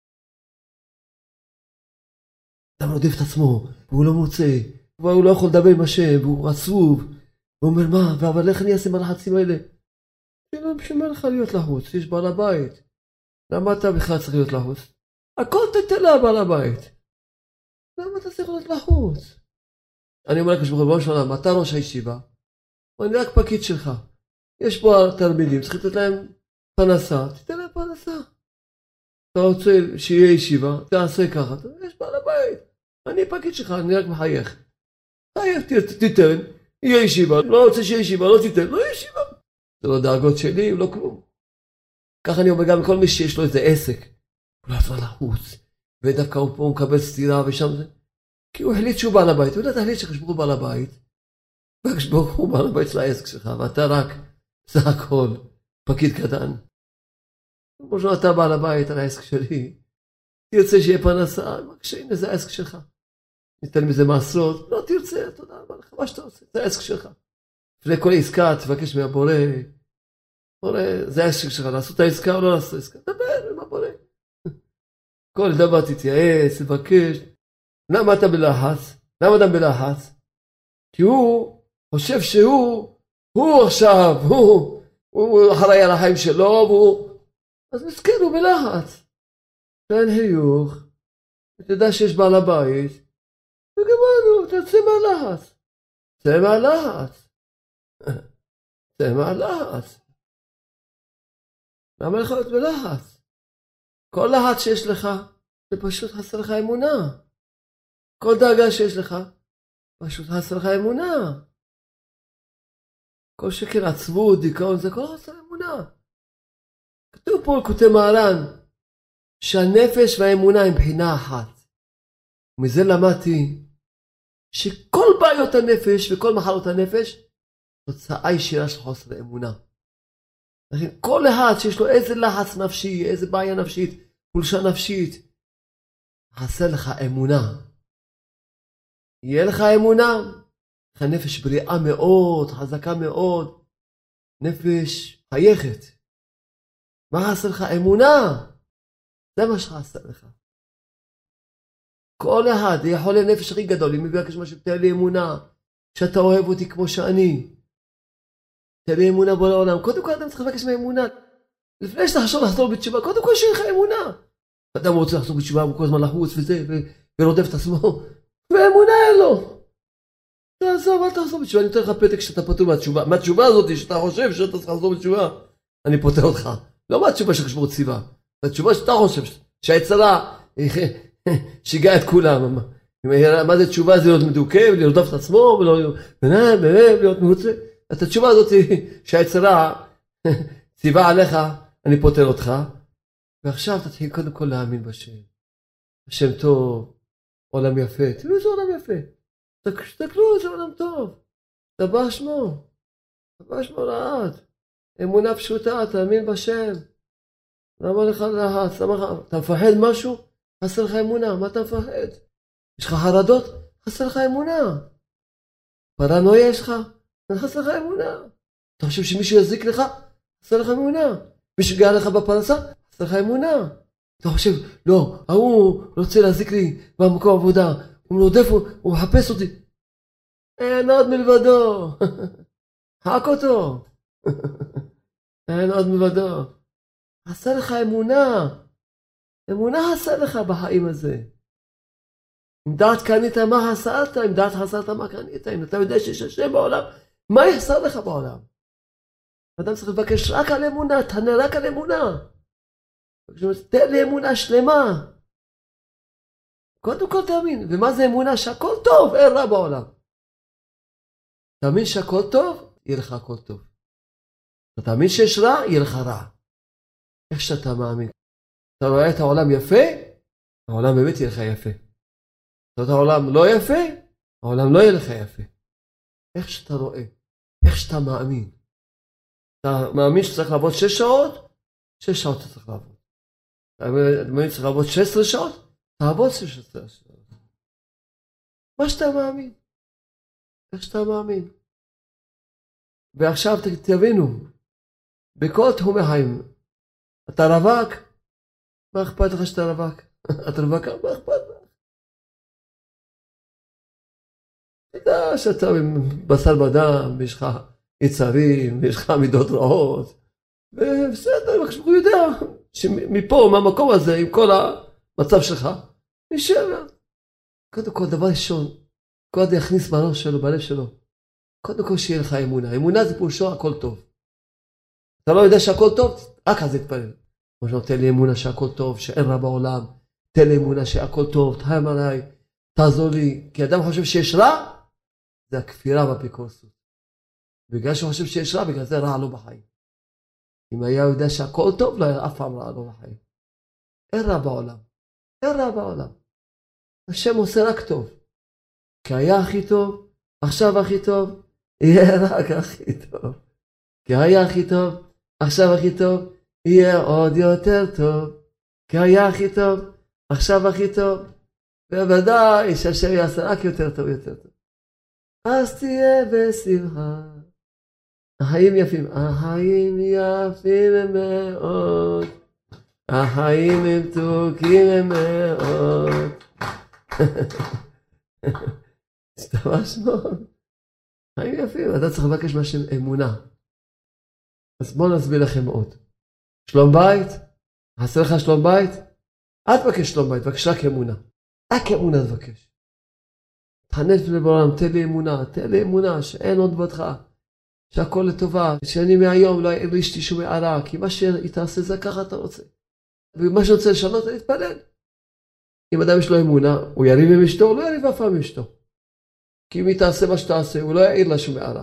אדם רודף את עצמו, והוא לא מוצא, והוא לא יכול לדבר עם השם, והוא עצוב, והוא אומר מה, אבל איך אני אעשה עם הלחצים האלה? שלא משמע לך להיות לחוץ, יש בעל הבית. למה אתה בכלל צריך להיות לחוץ? הכל תתן לה בעל הבית. למה אתה צריך להיות לחוץ? אני אומר לך שבכל בוא שונה, אתה ראש הישיבה, ואני רק פקיד שלך. יש פה תלמידים, צריך לתת להם פרנסה, תתן להם פרנסה. אתה רוצה שיהיה ישיבה, תעשה ככה, יש בעל הבית. אני פקיד שלך, אני רק מחייך. חייך, תיתן, יהיה ישיבה, לא רוצה שיהיה ישיבה, לא תיתן, לא יהיה ישיבה. זה לא דאגות שלי, לא כלום. ככה אני אומר גם לכל מי שיש לו איזה עסק. הוא לא יכול לחוץ, ודווקא הוא פה מקבל סתירה ושם זה. כי הוא החליט שהוא בעל הבית, הוא יודע, תחליט שחשבו בעל הבית, והחשבו הוא בעל הבית של העסק שלך, ואתה רק זה הכל, פקיד קטן. כמו שאתה בעל הבית על העסק שלי, תרצה שיהיה פרנסה, בבקשה, הנה זה העסק שלך. ניתן מזה מעשרות, לא תרצה, תודה רבה לך, מה שאתה עושה, זה העסק שלך. לפני כל עסקה, תבקש מהבורא, בורא, זה העסק שלך, לעשות את העסקה או לא לעשות את העסקה, דבר עם הבורא. כל דבר תתייעץ, תבקש. למה אתה בלחץ? למה אתה בלחץ? כי הוא חושב שהוא, הוא עכשיו, הוא, הוא אחראי על החיים שלו, והוא, אז מסכן, הוא בלחץ. תן חיוך, תדע שיש בעל הבית, וגמרנו, תצא מהלחץ. תצא מהלחץ. תצא מהלחץ. למה לך להיות בלחץ? כל לחץ שיש לך, זה פשוט חסר לך אמונה. כל דאגה שיש לך, פשוט חסר לך אמונה. כל שקר עצבות, דיכאון, זה כל חסר אמונה. כתוב פה כותב מהר"ן, שהנפש והאמונה הם בחינה אחת. ומזה למדתי שכל בעיות הנפש וכל מחלות הנפש, תוצאה ישירה של חוסר אמונה. לכן כל אחד שיש לו איזה לחץ נפשי, איזה בעיה נפשית, חולשה נפשית, חסר לך אמונה. יהיה לך אמונה, לך נפש בריאה מאוד, חזקה מאוד, נפש חייכת. מה חסר לך? אמונה. זה מה שחסר לך. כל אחד, יכול להיות נפש הכי גדול, אם מביא כשמה שתהיה לי אמונה, שאתה אוהב אותי כמו שאני. תהיה לי אמונה בו לעולם. קודם כל אדם צריך לבקש מהאמונה. לפני שאתה חשוב לחזור בתשובה, קודם כל שיהיה לך אמונה. אדם רוצה לחזור בתשובה, הוא כל הזמן לחוץ וזה, ורודף את עצמו. ואמונה אין לו. תעזוב, אל תחזור בתשובה, אני נותן לך פתק שאתה פותר מהתשובה. מהתשובה הזאת שאתה חושב שאתה צריך לחזור בתשובה, אני פותר אותך. לא מהתשובה שחשבו ציבה. מהתשובה שאתה חושב שהיצרה שיגע את כולם. מה זה תשובה? זה להיות מדוכא, לרדוף את עצמו, ולהיות מרוצה. את התשובה הזאת שהיצרה ציבה עליך, אני פותר אותך. ועכשיו תתחיל קודם כל להאמין בשם. השם טוב, עולם יפה. תראו איזה עולם יפה. תסתכלו איזה עולם טוב. תבע שמו. תבע שמו לעד. אמונה פשוטה, תאמין בשם. למה לך לחץ? אתה מפחד משהו? חסר לך אמונה. מה אתה מפחד? יש לך חרדות? חסר לך אמונה. פרנויה יש לך? חסר לך אמונה. אתה חושב שמישהו יזיק לך? חסר לך אמונה. מישהו גאה לך בפרנסה? חסר לך אמונה. אתה חושב, לא, הוא רוצה להזיק לי במקום עבודה. הוא נודף, הוא מחפש אותי. אין עוד מלבדו. חק אותו. אין עוד מלבדו. חסר לך אמונה. אמונה חסר לך בחיים הזה. אם דעת קנית מה חסרת, אם דעת חסרת מה קנית, אם אתה יודע שיש השם בעולם, מה יחסר לך בעולם? אדם צריך לבקש רק על אמונה, תענה רק על אמונה. תן לי אמונה שלמה. קודם כל תאמין. ומה זה אמונה? שהכל טוב, אין רע בעולם. תאמין שהכל טוב, יהיה לך הכל טוב. אתה תאמין שיש רע, יהיה לך רע. איך שאתה מאמין. אתה רואה את העולם יפה, העולם באמת יהיה לך יפה. אתה רואה את העולם לא יפה, העולם לא יהיה לך יפה. איך שאתה רואה, איך שאתה מאמין. אתה מאמין שצריך לעבוד שש שעות, שש שעות אתה צריך לעבוד. אתה מאמין שצריך לעבוד שש עשרה שעות, תעבוד שש עשרה שעות. מה שאתה מאמין. איך שאתה מאמין. ועכשיו תבינו, בכל תחומי חיים, אתה רווק, מה אכפת לך שאתה רווק? אתה רווק, מה אכפת לך? אתה שאתה בשר בדם, ויש לך יצרים, ויש לך מידות רעות, ובסדר, הוא יודע שמפה, מהמקום הזה, עם כל המצב שלך, נשאר. קודם כל, דבר ראשון, כל אחד יכניס בראש שלו, בלב שלו, קודם כל שיהיה לך אמונה. אמונה זה פירושו הכל טוב. אתה לא יודע שהכל טוב, רק אז תתפלל. כמו שנותן לי אמונה שהכל טוב, שאין רע בעולם, תן לי אמונה שהכל טוב, תחיים עליי, תעזור לי. כי אדם חושב שיש רע, זה הכפירה באפיקורסות. בגלל שהוא חושב שיש רע, בגלל זה רע לו בחיים. אם היה יודע שהכל טוב, לא היה אף פעם רע לו בחיים. אין רע בעולם. אין רע בעולם. השם עושה רק טוב. כי היה הכי טוב, עכשיו הכי טוב, יהיה רק הכי טוב. כי היה הכי טוב, עכשיו הכי טוב, יהיה עוד יותר טוב. כי היה הכי טוב, עכשיו הכי טוב. בוודאי שהשם יעשה רק יותר טוב, יותר טוב. אז תהיה בשמחה. החיים יפים, החיים יפים מאוד. החיים הם מתוקים מאוד. השתמש מאוד. חיים יפים, אתה צריך לבקש מהשם אמונה. אז בואו נסביר לכם עוד. שלום בית, חסר לך שלום בית? אל תבקש שלום בית, בקש רק אמונה. רק אמונה תבקש. תחנן לפני בעולם, תן לי אמונה, תן לי אמונה שאין עוד בדך, שהכל לטובה, שאני מהיום לא יעיר לי אשתי שום הערה, כי מה שהיא תעשה זה ככה אתה רוצה. ומה שרוצה לשנות, אני אתפלל. אם אדם יש לו אמונה, הוא יריב עם אשתו, הוא לא יריב אף פעם עם אשתו. כי אם היא תעשה מה שתעשה, הוא לא יעיר לה שום הערה.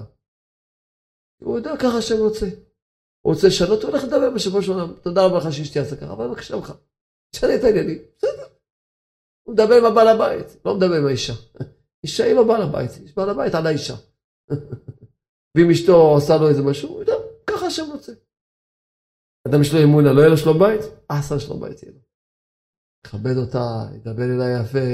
הוא יודע ככה שהם רוצה. הוא רוצה לשנות, הוא הולך לדבר בשבוע של עולם. תודה רבה לך שאשתי עשה ככה, אבל בבקשה לך. תשנה את העניינים. בסדר. הוא מדבר עם הבעל הבית, לא מדבר עם האישה. אישה היא לא בעל הבית, יש בעל הבית על האישה. ואם אשתו עושה לו איזה משהו, הוא יודע, ככה שהם רוצה. אדם יש לו אמונה, לא יהיה לו שלום בית? אסן שלום בית יהיה לו. יכבד אותה, ידבר אליה יפה.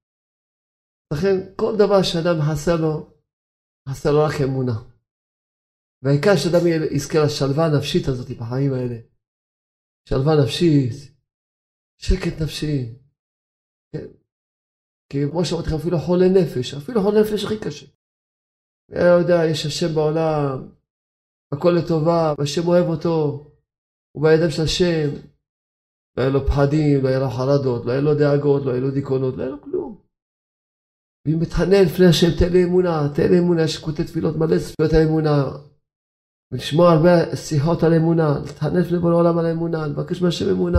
לכן, כל דבר שאדם חסר לו, חסר לו רק אמונה. והעיקר שאדם יזכה לשלווה הנפשית הזאת בחיים האלה. שלווה נפשית, שקט נפשי. כן. כי כמו שאמרתי לך, אפילו חולה נפש, אפילו חולה נפש הכי קשה. אני יודע, יש השם בעולם, הכל לטובה, והשם אוהב אותו, הוא בידיים של השם, לא היה לו פחדים, לא היה לו חרדות, לא היה לו דאגות, לא היה לו דיכאונות, לא היה לו כלום. והיא מתחנן לפני השם, תן לי אמונה, תן לי אמונה, שכותב תפילות מלא תפילות על אמונה, ולשמוע הרבה שיחות על אמונה, להתחנן לפני בורא עולם על אמונה, לבקש מהשם אמונה.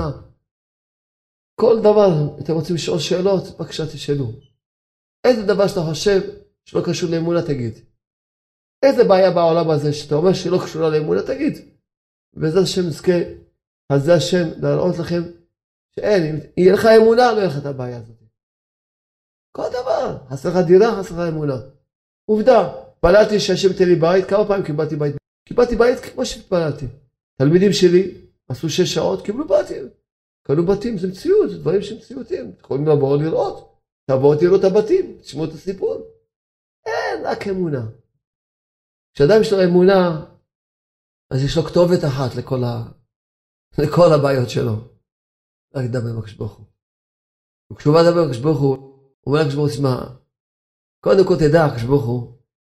כל דבר, אתם רוצים לשאול שאלות, בבקשה תשאלו. איזה דבר שאתה חושב שלא קשור לאמונה, תגיד. איזה בעיה בעולם הזה שאתה אומר שלא קשורה לאמונה, תגיד. וזה השם נזכה, אז זה השם להראות לכם שאין, אם יהיה לך אמונה, לא יהיה לך את הבעיה הזאת. כל דבר, חסר לך דירה, חסר לך אמונה. עובדה, פללתי שהשם תן לי בית, כמה פעמים קיבלתי בית? קיבלתי בית כמו שהתפללתי. תלמידים שלי עשו שש שעות, קיבלו בתים. קנו בתים, זה מציאות, זה דברים שהם מציאותיים. יכולים לבוא לראות, תבואו תראו את הבתים, תשמעו את הסיפור. אין, רק אמונה. כשאדם יש לו אמונה, אז יש לו כתובת אחת לכל, ה... לכל הבעיות שלו. רק דבר עם הקדוש ברוך הוא. וכשהוא בא לדבר עם הקדוש ברוך הוא, הוא אומר לקדוש ברוך הוא, שמע, קודם כל תדע הקדוש ברוך הוא,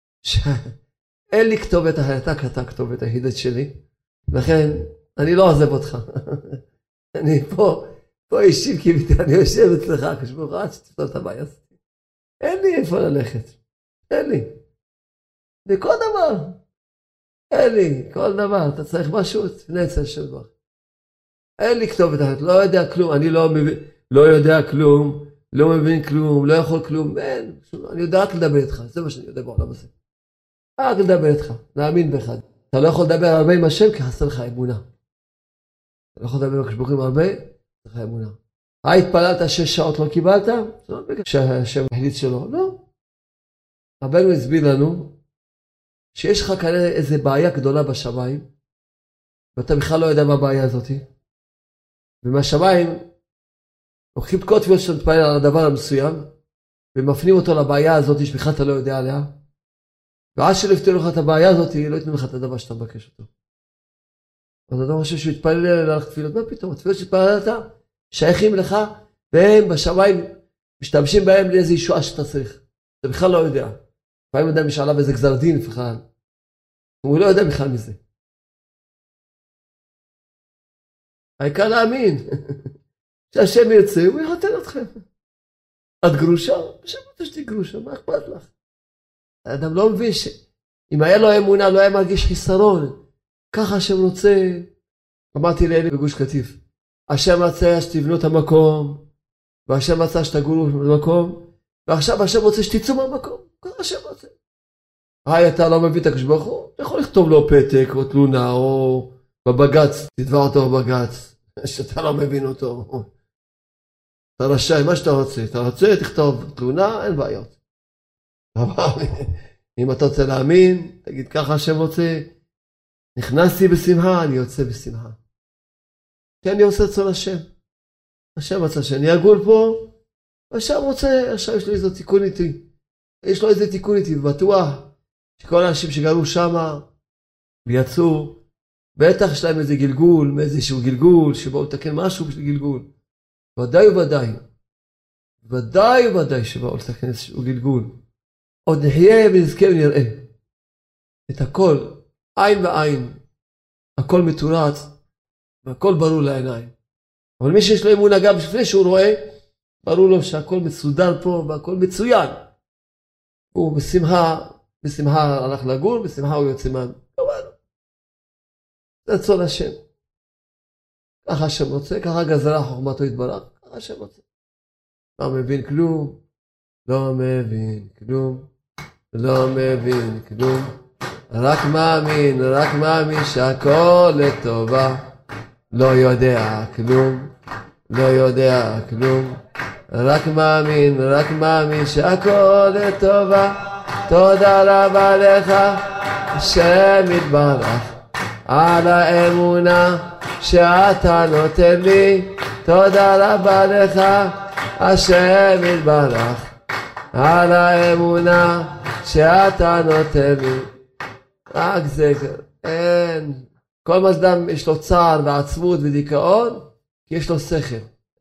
שאין לי כתובת אחת, אתה הכתובת היחידת שלי, לכן אני לא עוזב אותך. אני פה, פה אישים כביתי, אני יושב אצלך, הקדוש ברוך הוא, עד שתפתור את הבעיה הזאת. אין לי איפה ללכת. אין לי. וכל דבר. אין לי, כל דבר. אתה צריך משהו, נצא של דבר. אין לי כתובת אחת, לא יודע כלום, אני לא מבין, לא יודע כלום, לא מבין כלום, לא יכול כלום, אין. אני יודע רק לדבר איתך, זה מה שאני יודע בעולם הזה. רק לדבר איתך, להאמין בך. אתה לא יכול לדבר הרבה עם השם, כי חסר לך אמונה. אתה לא יכול לדבר עם הקשבוכים הרבה, חסר לך אמונה. היית התפללת שש שעות, לא קיבלת? זה לא בגלל שהשם החליט שלו, לא. רבנו הסביר לנו, שיש לך כנראה איזה בעיה גדולה בשמיים, ואתה בכלל לא יודע מה הבעיה הזאת, ומהשמיים לוקחים את כל תפילות שאתה מתפלל על הדבר המסוים, ומפנים אותו לבעיה הזאת שבכלל אתה לא יודע עליה, ועד שלפתור לך את הבעיה הזאת, לא ייתנו לך את הדבר שאתה מבקש אותו. אז אתה חושב שהוא יתפלל לך תפילות, מה פתאום? התפילות שהתפללת שייכים לך, והם בשמיים משתמשים בהם לאיזה ישועה שאתה צריך. אתה בכלל לא יודע. לפעמים אדם יש עליו איזה גזר דין בכלל. הוא לא יודע בכלל מזה. העיקר להאמין. שהשם ירצה, הוא יחתן אתכם. את גרושה? בשם אתה שתי גרושה, מה אכפת לך? האדם לא מבין שאם היה לו אמונה, לא היה מרגיש חיסרון. ככה השם רוצה, אמרתי לאלי בגוש קטיף, השם רצה שתבנו את המקום, והשם רצה שתגורו במקום, ועכשיו השם רוצה שתצאו מהמקום. ככה השם רוצה. היי, אתה לא מבין את הקדוש ברוך הוא? אתה יכול לכתוב לו פתק או תלונה, או בבגץ, תתבע אותו בבגץ, שאתה לא מבין אותו. אתה רשאי, מה שאתה רוצה. אתה רוצה, תכתוב תלונה, אין בעיות. אבל אם אתה רוצה להאמין, תגיד ככה השם רוצה, נכנסתי בשמחה, אני יוצא בשמחה. כי אני עושה רצון השם. השם רצה שאני אגור פה, והשם רוצה, עכשיו יש לו איזה תיקון איתי. יש לו איזה תיקון איתי, ובטוח שכל האנשים שגרו שם ויצאו, בטח יש להם איזה גלגול, מאיזשהו גלגול, שבאו לתקן משהו בשביל גלגול. ודאי וודאי, ודאי וודאי שבאו לתקן איזשהו גלגול. עוד נחיה ונזכה ונראה. את הכל, עין ועין, הכל מתורץ, והכל ברור לעיניים. אבל מי שיש לו אמונה גם לפני שהוא רואה, ברור לו שהכל מסודר פה והכל מצוין. הוא בשמחה, בשמחה הלך לגור, בשמחה הוא יוצא מה... זה רצון השם. ככה השם רוצה, ככה גזרה חוכמתו יתברך, ככה השם רוצה. לא מבין כלום, לא מבין כלום, לא מבין כלום. רק מאמין, רק מאמין שהכל לטובה. לא יודע כלום, לא יודע כלום. רק מאמין, רק מאמין שהכל לטובה. תודה רבה לך, השם יתברך, על האמונה שאתה נותן לי. תודה רבה לך, השם יתברך, על האמונה שאתה נותן לי. רק זה, אין. כל מזדם יש לו צער ועצבות ודיכאון, כי יש לו שכל.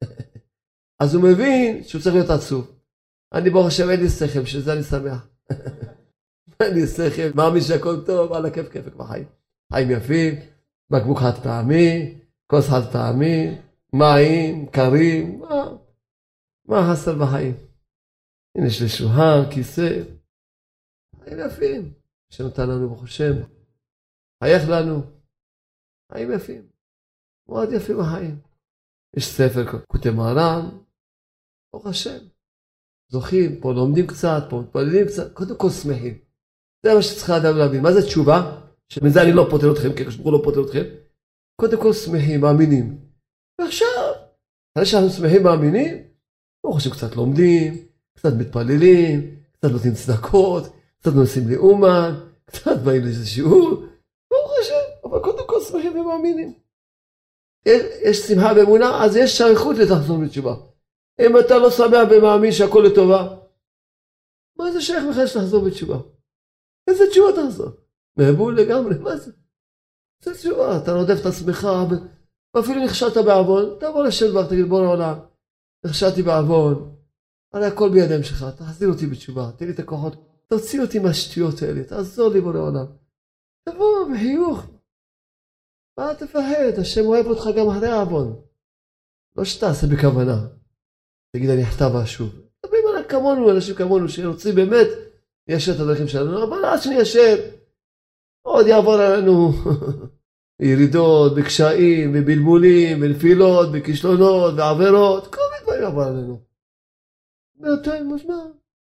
אז הוא מבין שהוא צריך להיות עצוב. אני ברוך השם אין לי שכל, שזה אני שמח. אין לי שכל, מאמין שהכל טוב, על הכיף כיפק בחיים. חיים יפים, בקבוק חד פעמי, כוס חד פעמי, מים, קרים, מה, מה חסר בחיים? הנה יש לי שולחן, כיסא, חיים יפים, שנותן לנו ברוך השם, חייך לנו, חיים יפים, מאוד יפים החיים. יש ספר כותב מרן, ברוך השם, זוכים, פה לומדים קצת, פה מתפללים קצת, קודם כל שמחים. זה מה שצריך אדם להבין, מה זה תשובה? שמזה אני לא פותר אתכם, כי כשברו לא פותר אתכם. קודם כל שמחים, מאמינים. ועכשיו, אחרי שאנחנו שמחים, מאמינים, ברוך השם קצת לומדים, קצת מתפללים, קצת נותנים צדקות, קצת נוסעים לאומן, קצת באים לאיזה שיעור, ברוך השם, אבל קודם כל שמחים ומאמינים. יש שמחה באמונה, אז יש שייכות לתחזור בתשובה. אם אתה לא שמח ומאמין שהכל לטובה, מה זה שייך בכלל שתחזור בתשובה? איזה תשובה תחזור? מהבול לגמרי, מה זה? זה תשובה, אתה נודף את עצמך, ואפילו נכשלת בעוון, תבוא לשם דבר, תגיד בוא לעולם, נכשלתי בעוון, הרי הכל בידיים שלך, תחזיר אותי בתשובה, תן לי את הכוחות, תוציא אותי מהשטויות האלה, תעזור לי בוא לעולם. תבוא בחיוך, מה תפחד, השם אוהב אותך גם אחרי העוון. לא שתעשה בכוונה, תגיד אני אחטא ואשוב. תבין עליו כמונו, אנשים כמונו שרוצים באמת ליישר את הדרכים שלנו, אבל עד שניישר, עוד יעבור עלינו ירידות, בקשיים, בבלבולים, בנפילות, בכישלונות, בעבירות, כל מיני דברים יעבור עלינו. ואתה משמע.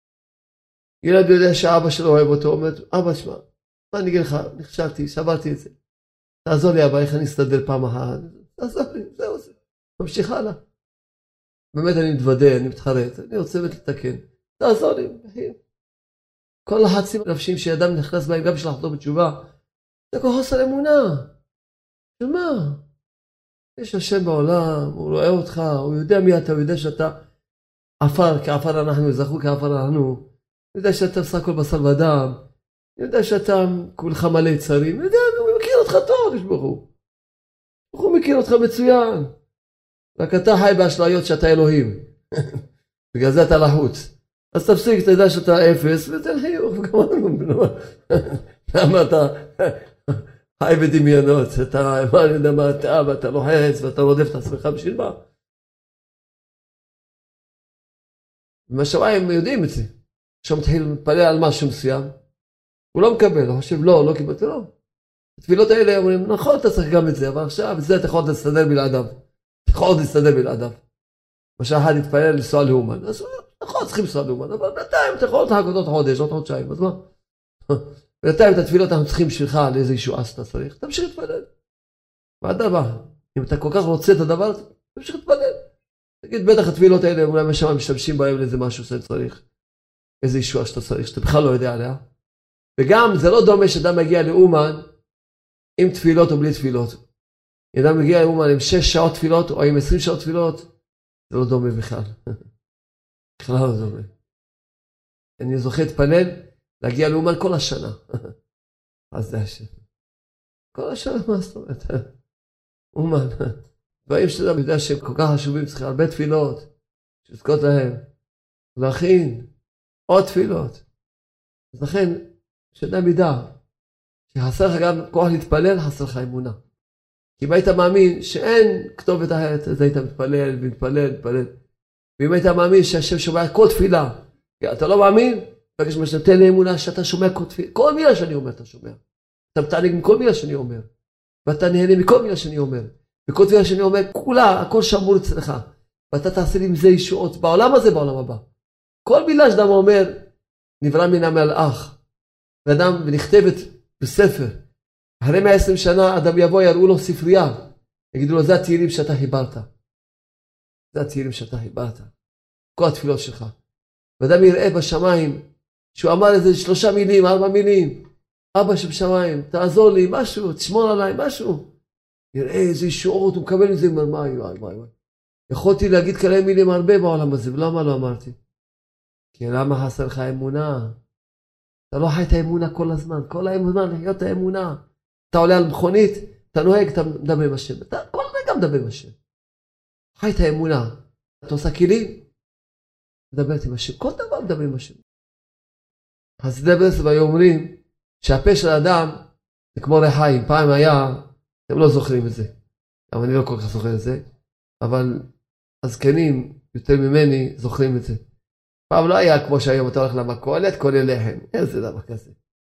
ילד יודע שאבא שלו אוהב אותו, אומר, אבא שמע, מה אני אגיד לך, נכשלתי, שברתי את זה. תעזור לי אבא, איך אני אסתדר פעם אחת, תעזור לי, זהו זה, ממשיך הלאה. באמת אני מתוודה, אני מתחרט, אני רוצה באמת לתקן, תעזור לי, כל לחצים הנפשיים שאדם נכנס בהם, גם בשביל לחזור בתשובה, זה כל חוסר אמונה. של מה? יש השם בעולם, הוא רואה אותך, הוא יודע מי אתה, הוא יודע שאתה עפר, כעפר אנחנו, זכו כעפר אנחנו, הוא יודע שאתה בסך הכל בשר ודם, הוא יודע שאתה כולך מלא יצרים, הוא יודע, הוא מכיר אותך טוב, יש ברוך הוא. הוא מכיר אותך מצוין. רק אתה חי באשליות שאתה אלוהים. בגלל זה אתה לחוץ. אז תפסיק, אתה יודע שאתה אפס, ותן חיוך, וכמובן, למה אתה חי בדמיונות, אתה, מה אני יודע מה אתה, ואתה לוחץ, ואתה רודף את עצמך בשביל מה? ובשמיים יודעים את זה. עכשיו מתחיל להתפלל על משהו מסוים, הוא לא מקבל, הוא חושב, לא, לא קיבלתי, לא. התפילות האלה אומרים, נכון, אתה צריך גם את זה, אבל עכשיו, את זה אתה יכול להסתדר בלעדיו. אתה יכול להסתדר בלעדיו. משל אחד יתפלל לנסוע לאומן, אז נכון, צריכים לנסוע לאומן, אבל בינתיים אתה יכול לחכות עוד חודש, עוד חודשיים, אז מה? בינתיים את התפילות אנחנו צריכים בשבילך לאיזה ישועה שאתה צריך, תמשיך להתפלל. ואדרבה, אם אתה כל כך רוצה את הדבר, תמשיך להתפלל. תגיד, בטח התפילות האלה, אולי משם משתמשים בהם לאיזה משהו שאתה צריך, איזה ישועה שאתה צריך, שאתה בכלל לא יודע עליה. וגם זה לא דומה שאדם מגיע לאומן, עם תפילות או בלי תפילות. אדם מגיע לאומן עם שש שעות תפילות או עם עשרים שעות תפילות, זה לא דומה בכלל. בכלל לא דומה. אני זוכה להתפלל, להגיע לאומן כל השנה. אז זה השם. כל השנה, מה זאת אומרת? אומן. דברים שאתה יודע שהם כל כך חשובים, צריכים הרבה תפילות, שזכות להם. להכין עוד תפילות. אז לכן, שאדם ידע, שחסר לך גם כוח להתפלל, חסר לך אמונה. כי אם היית מאמין שאין כתובת אחרת, אז היית מתפלל ומתפלל, מתפלל. ואם היית מאמין שהשם שומע כל תפילה, אתה לא מאמין? ברגע שתן לי אמונה שאתה שומע כל תפילה, כל מילה שאני אומר אתה שומע. אתה מתענג מכל מילה שאני אומר. ואתה נהנה מכל מילה שאני אומר. וכל תפילה שאני אומר, כולה, הכל שמור אצלך. ואתה תעשה לי עם זה ישועות בעולם הזה, בעולם הבא. כל מילה שאדם אומר, נברא מן המלאך. ואדם ונכתבת בספר. אחרי מאה ועשרים שנה, אדם יבוא, יראו לו ספרייה. יגידו לו, זה התהילים שאתה חיברת. זה התהילים שאתה חיברת. כל התפילות שלך. ואדם יראה בשמיים, שהוא אמר איזה שלושה מילים, ארבע מילים. אבא שבשמיים, תעזור לי, משהו, תשמור עליי, משהו. יראה איזה ישועות, הוא מקבל איזה מרמאי, וואי, וואי, וואי. יכולתי להגיד כאלה מילים הרבה בעולם הזה, ולמה לא אמרתי? כי למה חסר לך אמונה? אתה לא חי את האמונה כל הזמן, כל האמונה, לחיות את האמונה. אתה עולה על מכונית, אתה נוהג, אתה מדבר עם השם. אתה כל רגע מדבר עם השם. חי את האמונה. אתה עושה כלים? מדברת עם השם. כל דבר מדבר עם השם. אז דברס והיו אומרים שהפה של האדם זה כמו רחיים. פעם היה, אתם לא זוכרים את זה. אבל אני לא כל כך זוכר את זה. אבל הזקנים יותר ממני זוכרים את זה. פעם לא היה כמו שהיום אתה הולך למכולת, קונה לחם. איזה דבר כזה.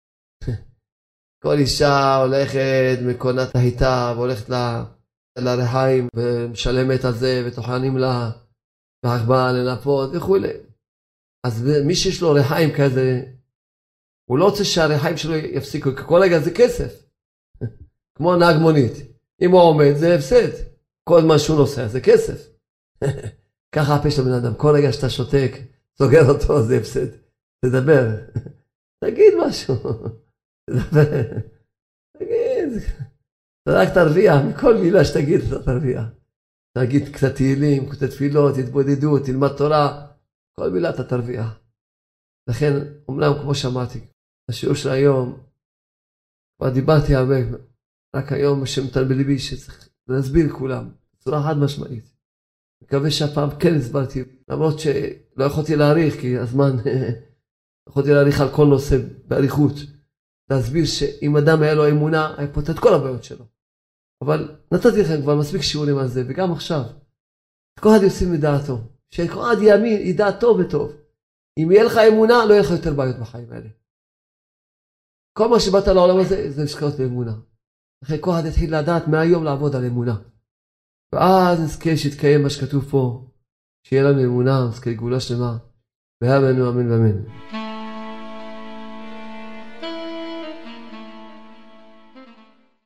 כל אישה הולכת מקונה את החיטה והולכת לרחיים ומשלמת על זה וטוחנים לה והחבאה לנפות וכו'. אז מי שיש לו רחיים כזה, הוא לא רוצה שהרחיים שלו יפסיקו, כי כל רגע זה כסף. כמו נהג מונית. אם הוא עומד זה הפסד. כל מה שהוא נוסע זה כסף. ככה הפה של בן אדם. כל רגע שאתה שותק, סוגר אותו, זה הפסד. תדבר. תגיד משהו. תדבר. תגיד. אתה רק תרוויח. מכל מילה שתגיד אתה תרוויח. תגיד קצת תהילים, קצת תפילות, התבודדות, תלמד תורה. כל מילה אתה תרוויח. לכן, אומנם כמו שאמרתי, השיעור של היום, כבר דיברתי הרבה, רק היום השם נתן בליבי שצריך להסביר לכולם, בצורה חד משמעית. מקווה שהפעם כן הסברתי, למרות שלא יכולתי להעריך, כי הזמן, יכולתי להעריך על כל נושא בעריכות, להסביר שאם אדם היה לו אמונה, היה פותר את כל הבעיות שלו. אבל נתתי לכם כבר מספיק שיעורים על זה, וגם עכשיו, כל אחד יוצאים מדעתו, שכל אחד יאמין, ידע טוב וטוב. אם יהיה לך אמונה, לא יהיה לך יותר בעיות בחיים האלה. כל מה שבאת לעולם הזה, זה שקרות לאמונה. אחרי כל אחד יתחיל לדעת מהיום לעבוד על אמונה. ואז נזכה שיתקיים מה שכתוב פה, שיהיה לנו אמונה, נזכה לגאולה שלמה, ואמן ואמן ואמן.